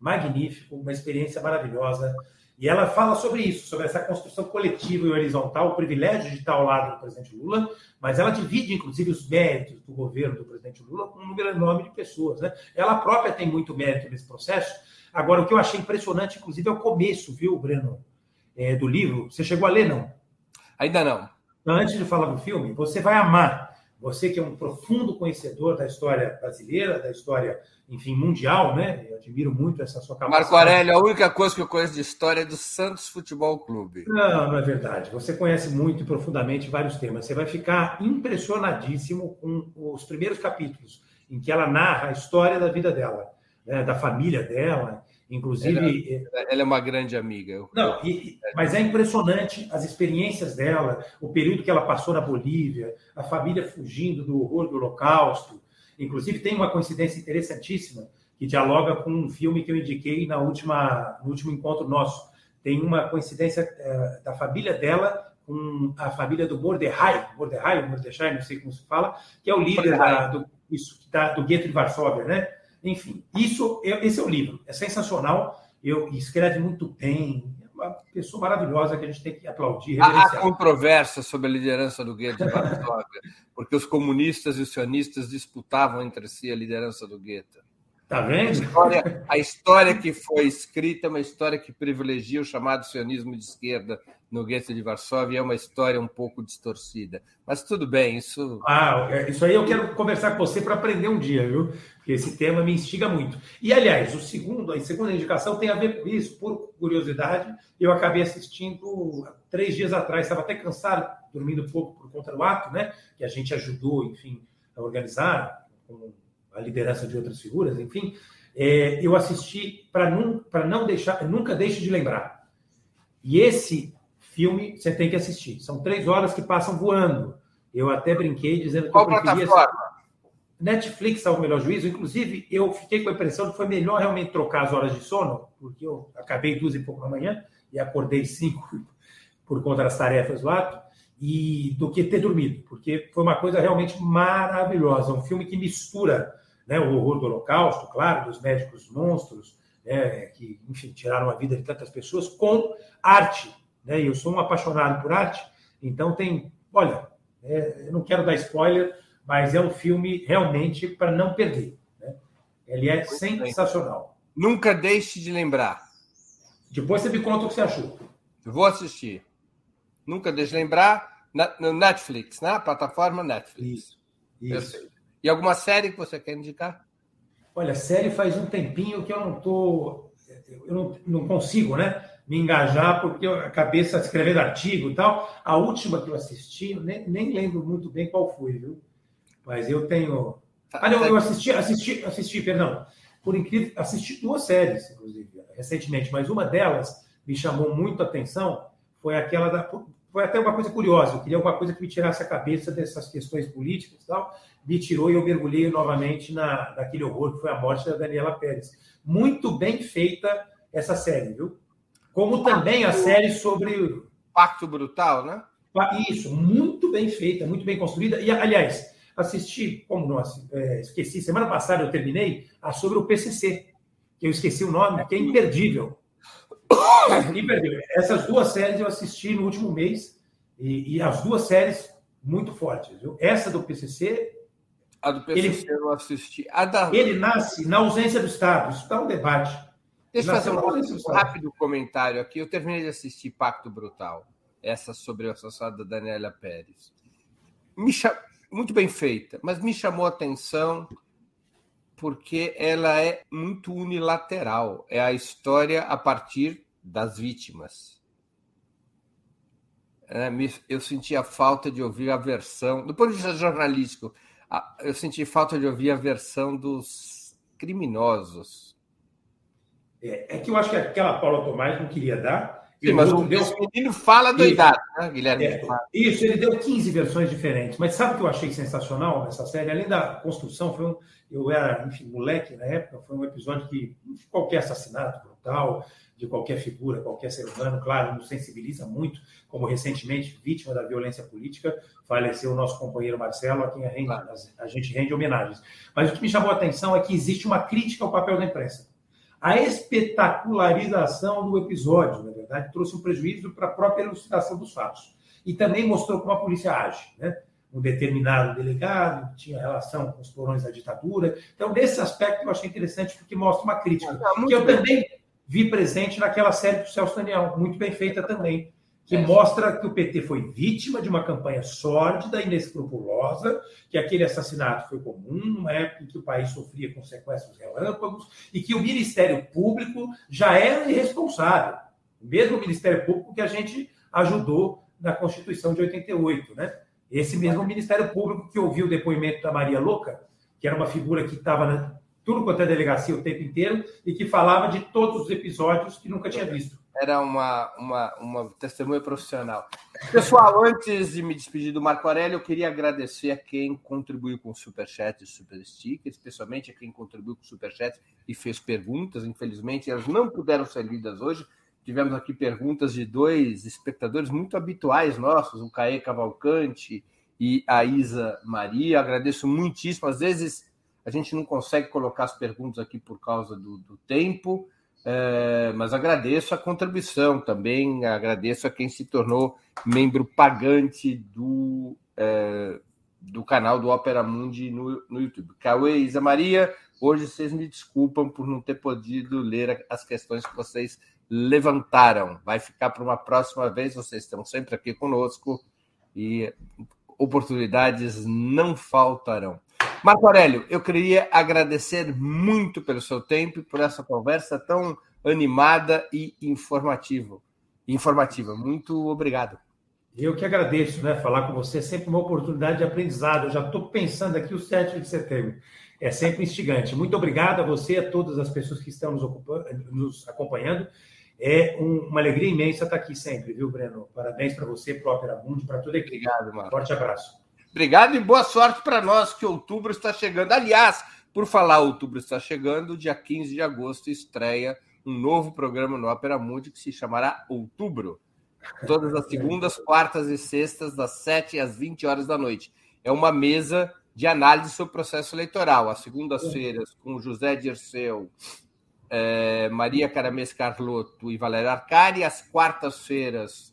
uma experiência maravilhosa. E ela fala sobre isso, sobre essa construção coletiva e horizontal, o privilégio de estar ao lado do presidente Lula, mas ela divide, inclusive, os méritos do governo do presidente Lula com um número enorme de pessoas, né? Ela própria tem muito mérito nesse processo. Agora, o que eu achei impressionante, inclusive, é o começo, viu, Breno, do livro. Você chegou a ler, não? Ainda não. Antes de falar do filme, você vai amar. Você que é um profundo conhecedor da história brasileira, da história, enfim, mundial, né? Eu admiro muito essa sua capacidade. Marco Aurélio, a única coisa que eu conheço de história é do Santos Futebol Clube. Não é verdade. Você conhece muito e profundamente vários temas. Você vai ficar impressionadíssimo com os primeiros capítulos, em que ela narra a história da vida dela, né? Da família dela, inclusive... Ela é uma grande amiga. Mas é impressionante as experiências dela, o período que ela passou na Bolívia, a família fugindo do horror do Holocausto. Inclusive, tem uma coincidência interessantíssima que dialoga com um filme que eu indiquei no último encontro nosso. Tem uma coincidência da família dela com a família do Mordechai, não sei como se fala, que é o líder do gueto de Varsóvia, né? Enfim, esse é o livro. É sensacional. Escreve muito bem. É uma pessoa maravilhosa que a gente tem que aplaudir. Há controvérsia sobre a liderança do gueto de Varsóvia, porque os comunistas e os sionistas disputavam entre si a liderança do gueto. Tá vendo? A história que foi escrita é uma história que privilegia o chamado sionismo de esquerda no gueto de Varsóvia, é uma história um pouco distorcida. Mas tudo bem, isso... Isso aí eu quero conversar com você para aprender um dia, viu? Porque esse tema me instiga muito. E, aliás, a segunda indicação tem a ver com isso, por curiosidade. Eu acabei assistindo 3 dias atrás, estava até cansado, dormindo pouco por conta do ato, né? Que a gente ajudou, enfim, a organizar, com a liderança de outras figuras, enfim. Eu assisti para não deixar, nunca deixe de lembrar. E esse filme você tem que assistir. São 3 horas que passam voando. Eu até brinquei dizendo que Qual eu preferia... plataforma? Netflix, ao melhor juízo. Inclusive, eu fiquei com a impressão de que foi melhor realmente trocar as horas de sono, porque eu acabei 2 e pouco da manhã e acordei 5 por conta das tarefas do ato, do que ter dormido, porque foi uma coisa realmente maravilhosa. Um filme que mistura, né, o horror do Holocausto, claro, dos médicos monstros, que, enfim, tiraram a vida de tantas pessoas, com arte. Né? Eu sou um apaixonado por arte, então tem... Olha, eu não quero dar spoiler, mas é um filme realmente para não perder. Né? Ele é sensacional. Nunca deixe de lembrar. Depois você me conta o que você achou. Vou assistir. Nunca deixe de lembrar no Netflix, né? Plataforma Netflix. Isso. E alguma série que você quer indicar? Olha, série faz um tempinho que eu não consigo, né, me engajar, porque a cabeça escrevendo artigo e tal. A última que eu assisti, eu nem lembro muito bem qual foi, viu? Mas eu tenho... eu assisti, perdão. Por incrível, assisti 2 séries, inclusive, recentemente, mas uma delas me chamou muito a atenção, foi aquela foi até uma coisa curiosa. Eu queria alguma coisa que me tirasse a cabeça dessas questões políticas e tal. Me tirou e eu mergulhei novamente naquele horror que foi a morte da Daniela Pérez. Muito bem feita essa série, viu? Como também a série sobre... Pacto Brutal, né? Isso, muito bem feita, muito bem construída. E, aliás, assisti, como não esqueci, semana passada eu terminei, a sobre o PCC, que eu esqueci o nome, que é imperdível. Imperdível. Essas duas séries eu assisti no último mês, e as duas séries muito fortes, viu? Essa do PCC... A do PCC eu não assisti. Ele nasce na ausência do Estado. Isso está um debate. Deixa eu fazer um rápido comentário aqui. Eu terminei de assistir Pacto Brutal, essa sobre o assassinato da Daniela Pérez. Muito bem feita, mas me chamou a atenção porque ela é muito unilateral. É a história a partir das vítimas. Eu senti a falta de ouvir a versão... Do ponto de vista jornalístico, eu senti falta de ouvir a versão dos criminosos. É que eu acho que aquela Paula Tomás não queria dar. Sim, mas esse menino fala doidado, né, Guilherme? Isso, ele deu 15 versões diferentes. Mas sabe o que eu achei sensacional nessa série? Além da construção, eu era, enfim, moleque na época, foi um episódio que qualquer assassinato brutal, de qualquer figura, qualquer ser humano, claro, nos sensibiliza muito, como recentemente, vítima da violência política, faleceu o nosso companheiro Marcelo, a quem a gente rende homenagens. Mas o que me chamou a atenção é que existe uma crítica ao papel da imprensa. A espetacularização do episódio, na verdade, trouxe um prejuízo para a própria elucidação dos fatos. E também mostrou como a polícia age, né? Um determinado delegado tinha relação com os porões da ditadura. Então, nesse aspecto, eu achei interessante porque mostra uma crítica. Que eu também vi presente naquela série do Celso Daniel, muito bem feita também, que mostra que o PT foi vítima de uma campanha sórdida, inescrupulosa, que aquele assassinato foi comum, numa época em que o país sofria com sequestros relâmpagos, e que o Ministério Público já era irresponsável. O mesmo Ministério Público que a gente ajudou na Constituição de 88, né? Esse mesmo Ministério Público que ouviu o depoimento da Maria Louca, que era uma figura que estava tudo quanto é delegacia o tempo inteiro, e que falava de todos os episódios que nunca tinha visto. Era uma testemunha profissional. Pessoal, antes de me despedir do Marco Aurélio, eu queria agradecer a quem contribuiu com o Superchat e Super Sticker, especialmente a quem contribuiu com o Superchat e fez perguntas. Infelizmente, elas não puderam ser lidas hoje. Tivemos aqui perguntas de dois espectadores muito habituais nossos, o Caê Cavalcante e a Isa Maria. Agradeço muitíssimo. Às vezes a gente não consegue colocar as perguntas aqui por causa do tempo, mas agradeço a contribuição também, agradeço a quem se tornou membro pagante do canal do Opera Mundi no YouTube. Cauê e Isa Maria, hoje vocês me desculpam por não ter podido ler as questões que vocês levantaram. Vai ficar para uma próxima vez, vocês estão sempre aqui conosco e oportunidades não faltarão. Marco Aurélio, eu queria agradecer muito pelo seu tempo e por essa conversa tão animada e informativa. Muito obrigado. Eu que agradeço, né? Falar com você é sempre uma oportunidade de aprendizado. Eu já estou pensando aqui o 7 de setembro. É sempre instigante. Muito obrigado a você e a todas as pessoas que estão nos acompanhando. É uma alegria imensa estar aqui sempre, viu, Breno? Parabéns para você, para o Opera Mundi, para toda a equipe. Obrigado, Marco. Forte abraço. Obrigado e boa sorte para nós, que outubro está chegando. Aliás, por falar outubro está chegando, dia 15 de agosto estreia um novo programa no Opera Mundi que se chamará Outubro. Todas as segundas, quartas e sextas, das 7 às 20 horas da noite. É uma mesa de análise sobre o processo eleitoral. Às segundas-feiras, com José Dirceu, Maria Caramês Carlotto e Valéria Arcari. Às quartas-feiras,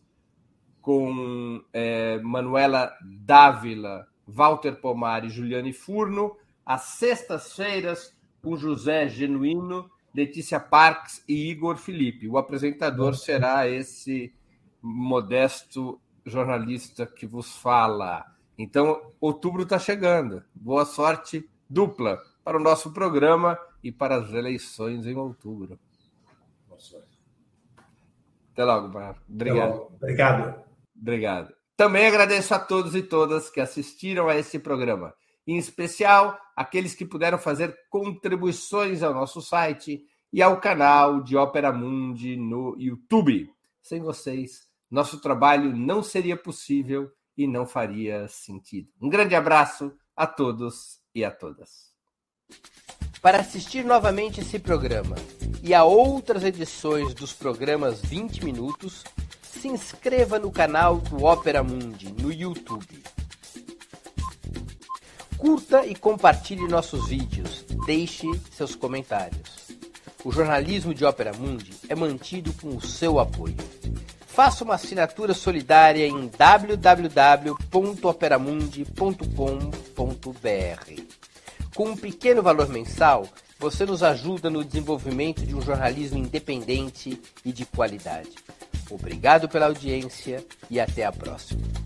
com Manuela Dávila, Walter Pomar e Juliane Furno. Às sextas-feiras, com José Genuíno, Letícia Parques e Igor Felipe. O apresentador será esse modesto jornalista que vos fala. Então, outubro está chegando. Boa sorte dupla para o nosso programa e para as eleições em outubro. Boa sorte. Até logo, Marco. Obrigado. Obrigado. Também agradeço a todos e todas que assistiram a esse programa. Em especial, aqueles que puderam fazer contribuições ao nosso site e ao canal de Opera Mundi no YouTube. Sem vocês, Nosso trabalho não seria possível e não faria sentido. Um grande abraço a todos e a todas. Para assistir novamente esse programa e a outras edições dos programas 20 Minutos, se inscreva no canal do Opera Mundi no YouTube. Curta e compartilhe nossos vídeos. Deixe seus comentários. O jornalismo de Opera Mundi é mantido com o seu apoio. Faça uma assinatura solidária em www.operamundi.com.br. Com um pequeno valor mensal, você nos ajuda no desenvolvimento de um jornalismo independente e de qualidade. Obrigado pela audiência e até a próxima.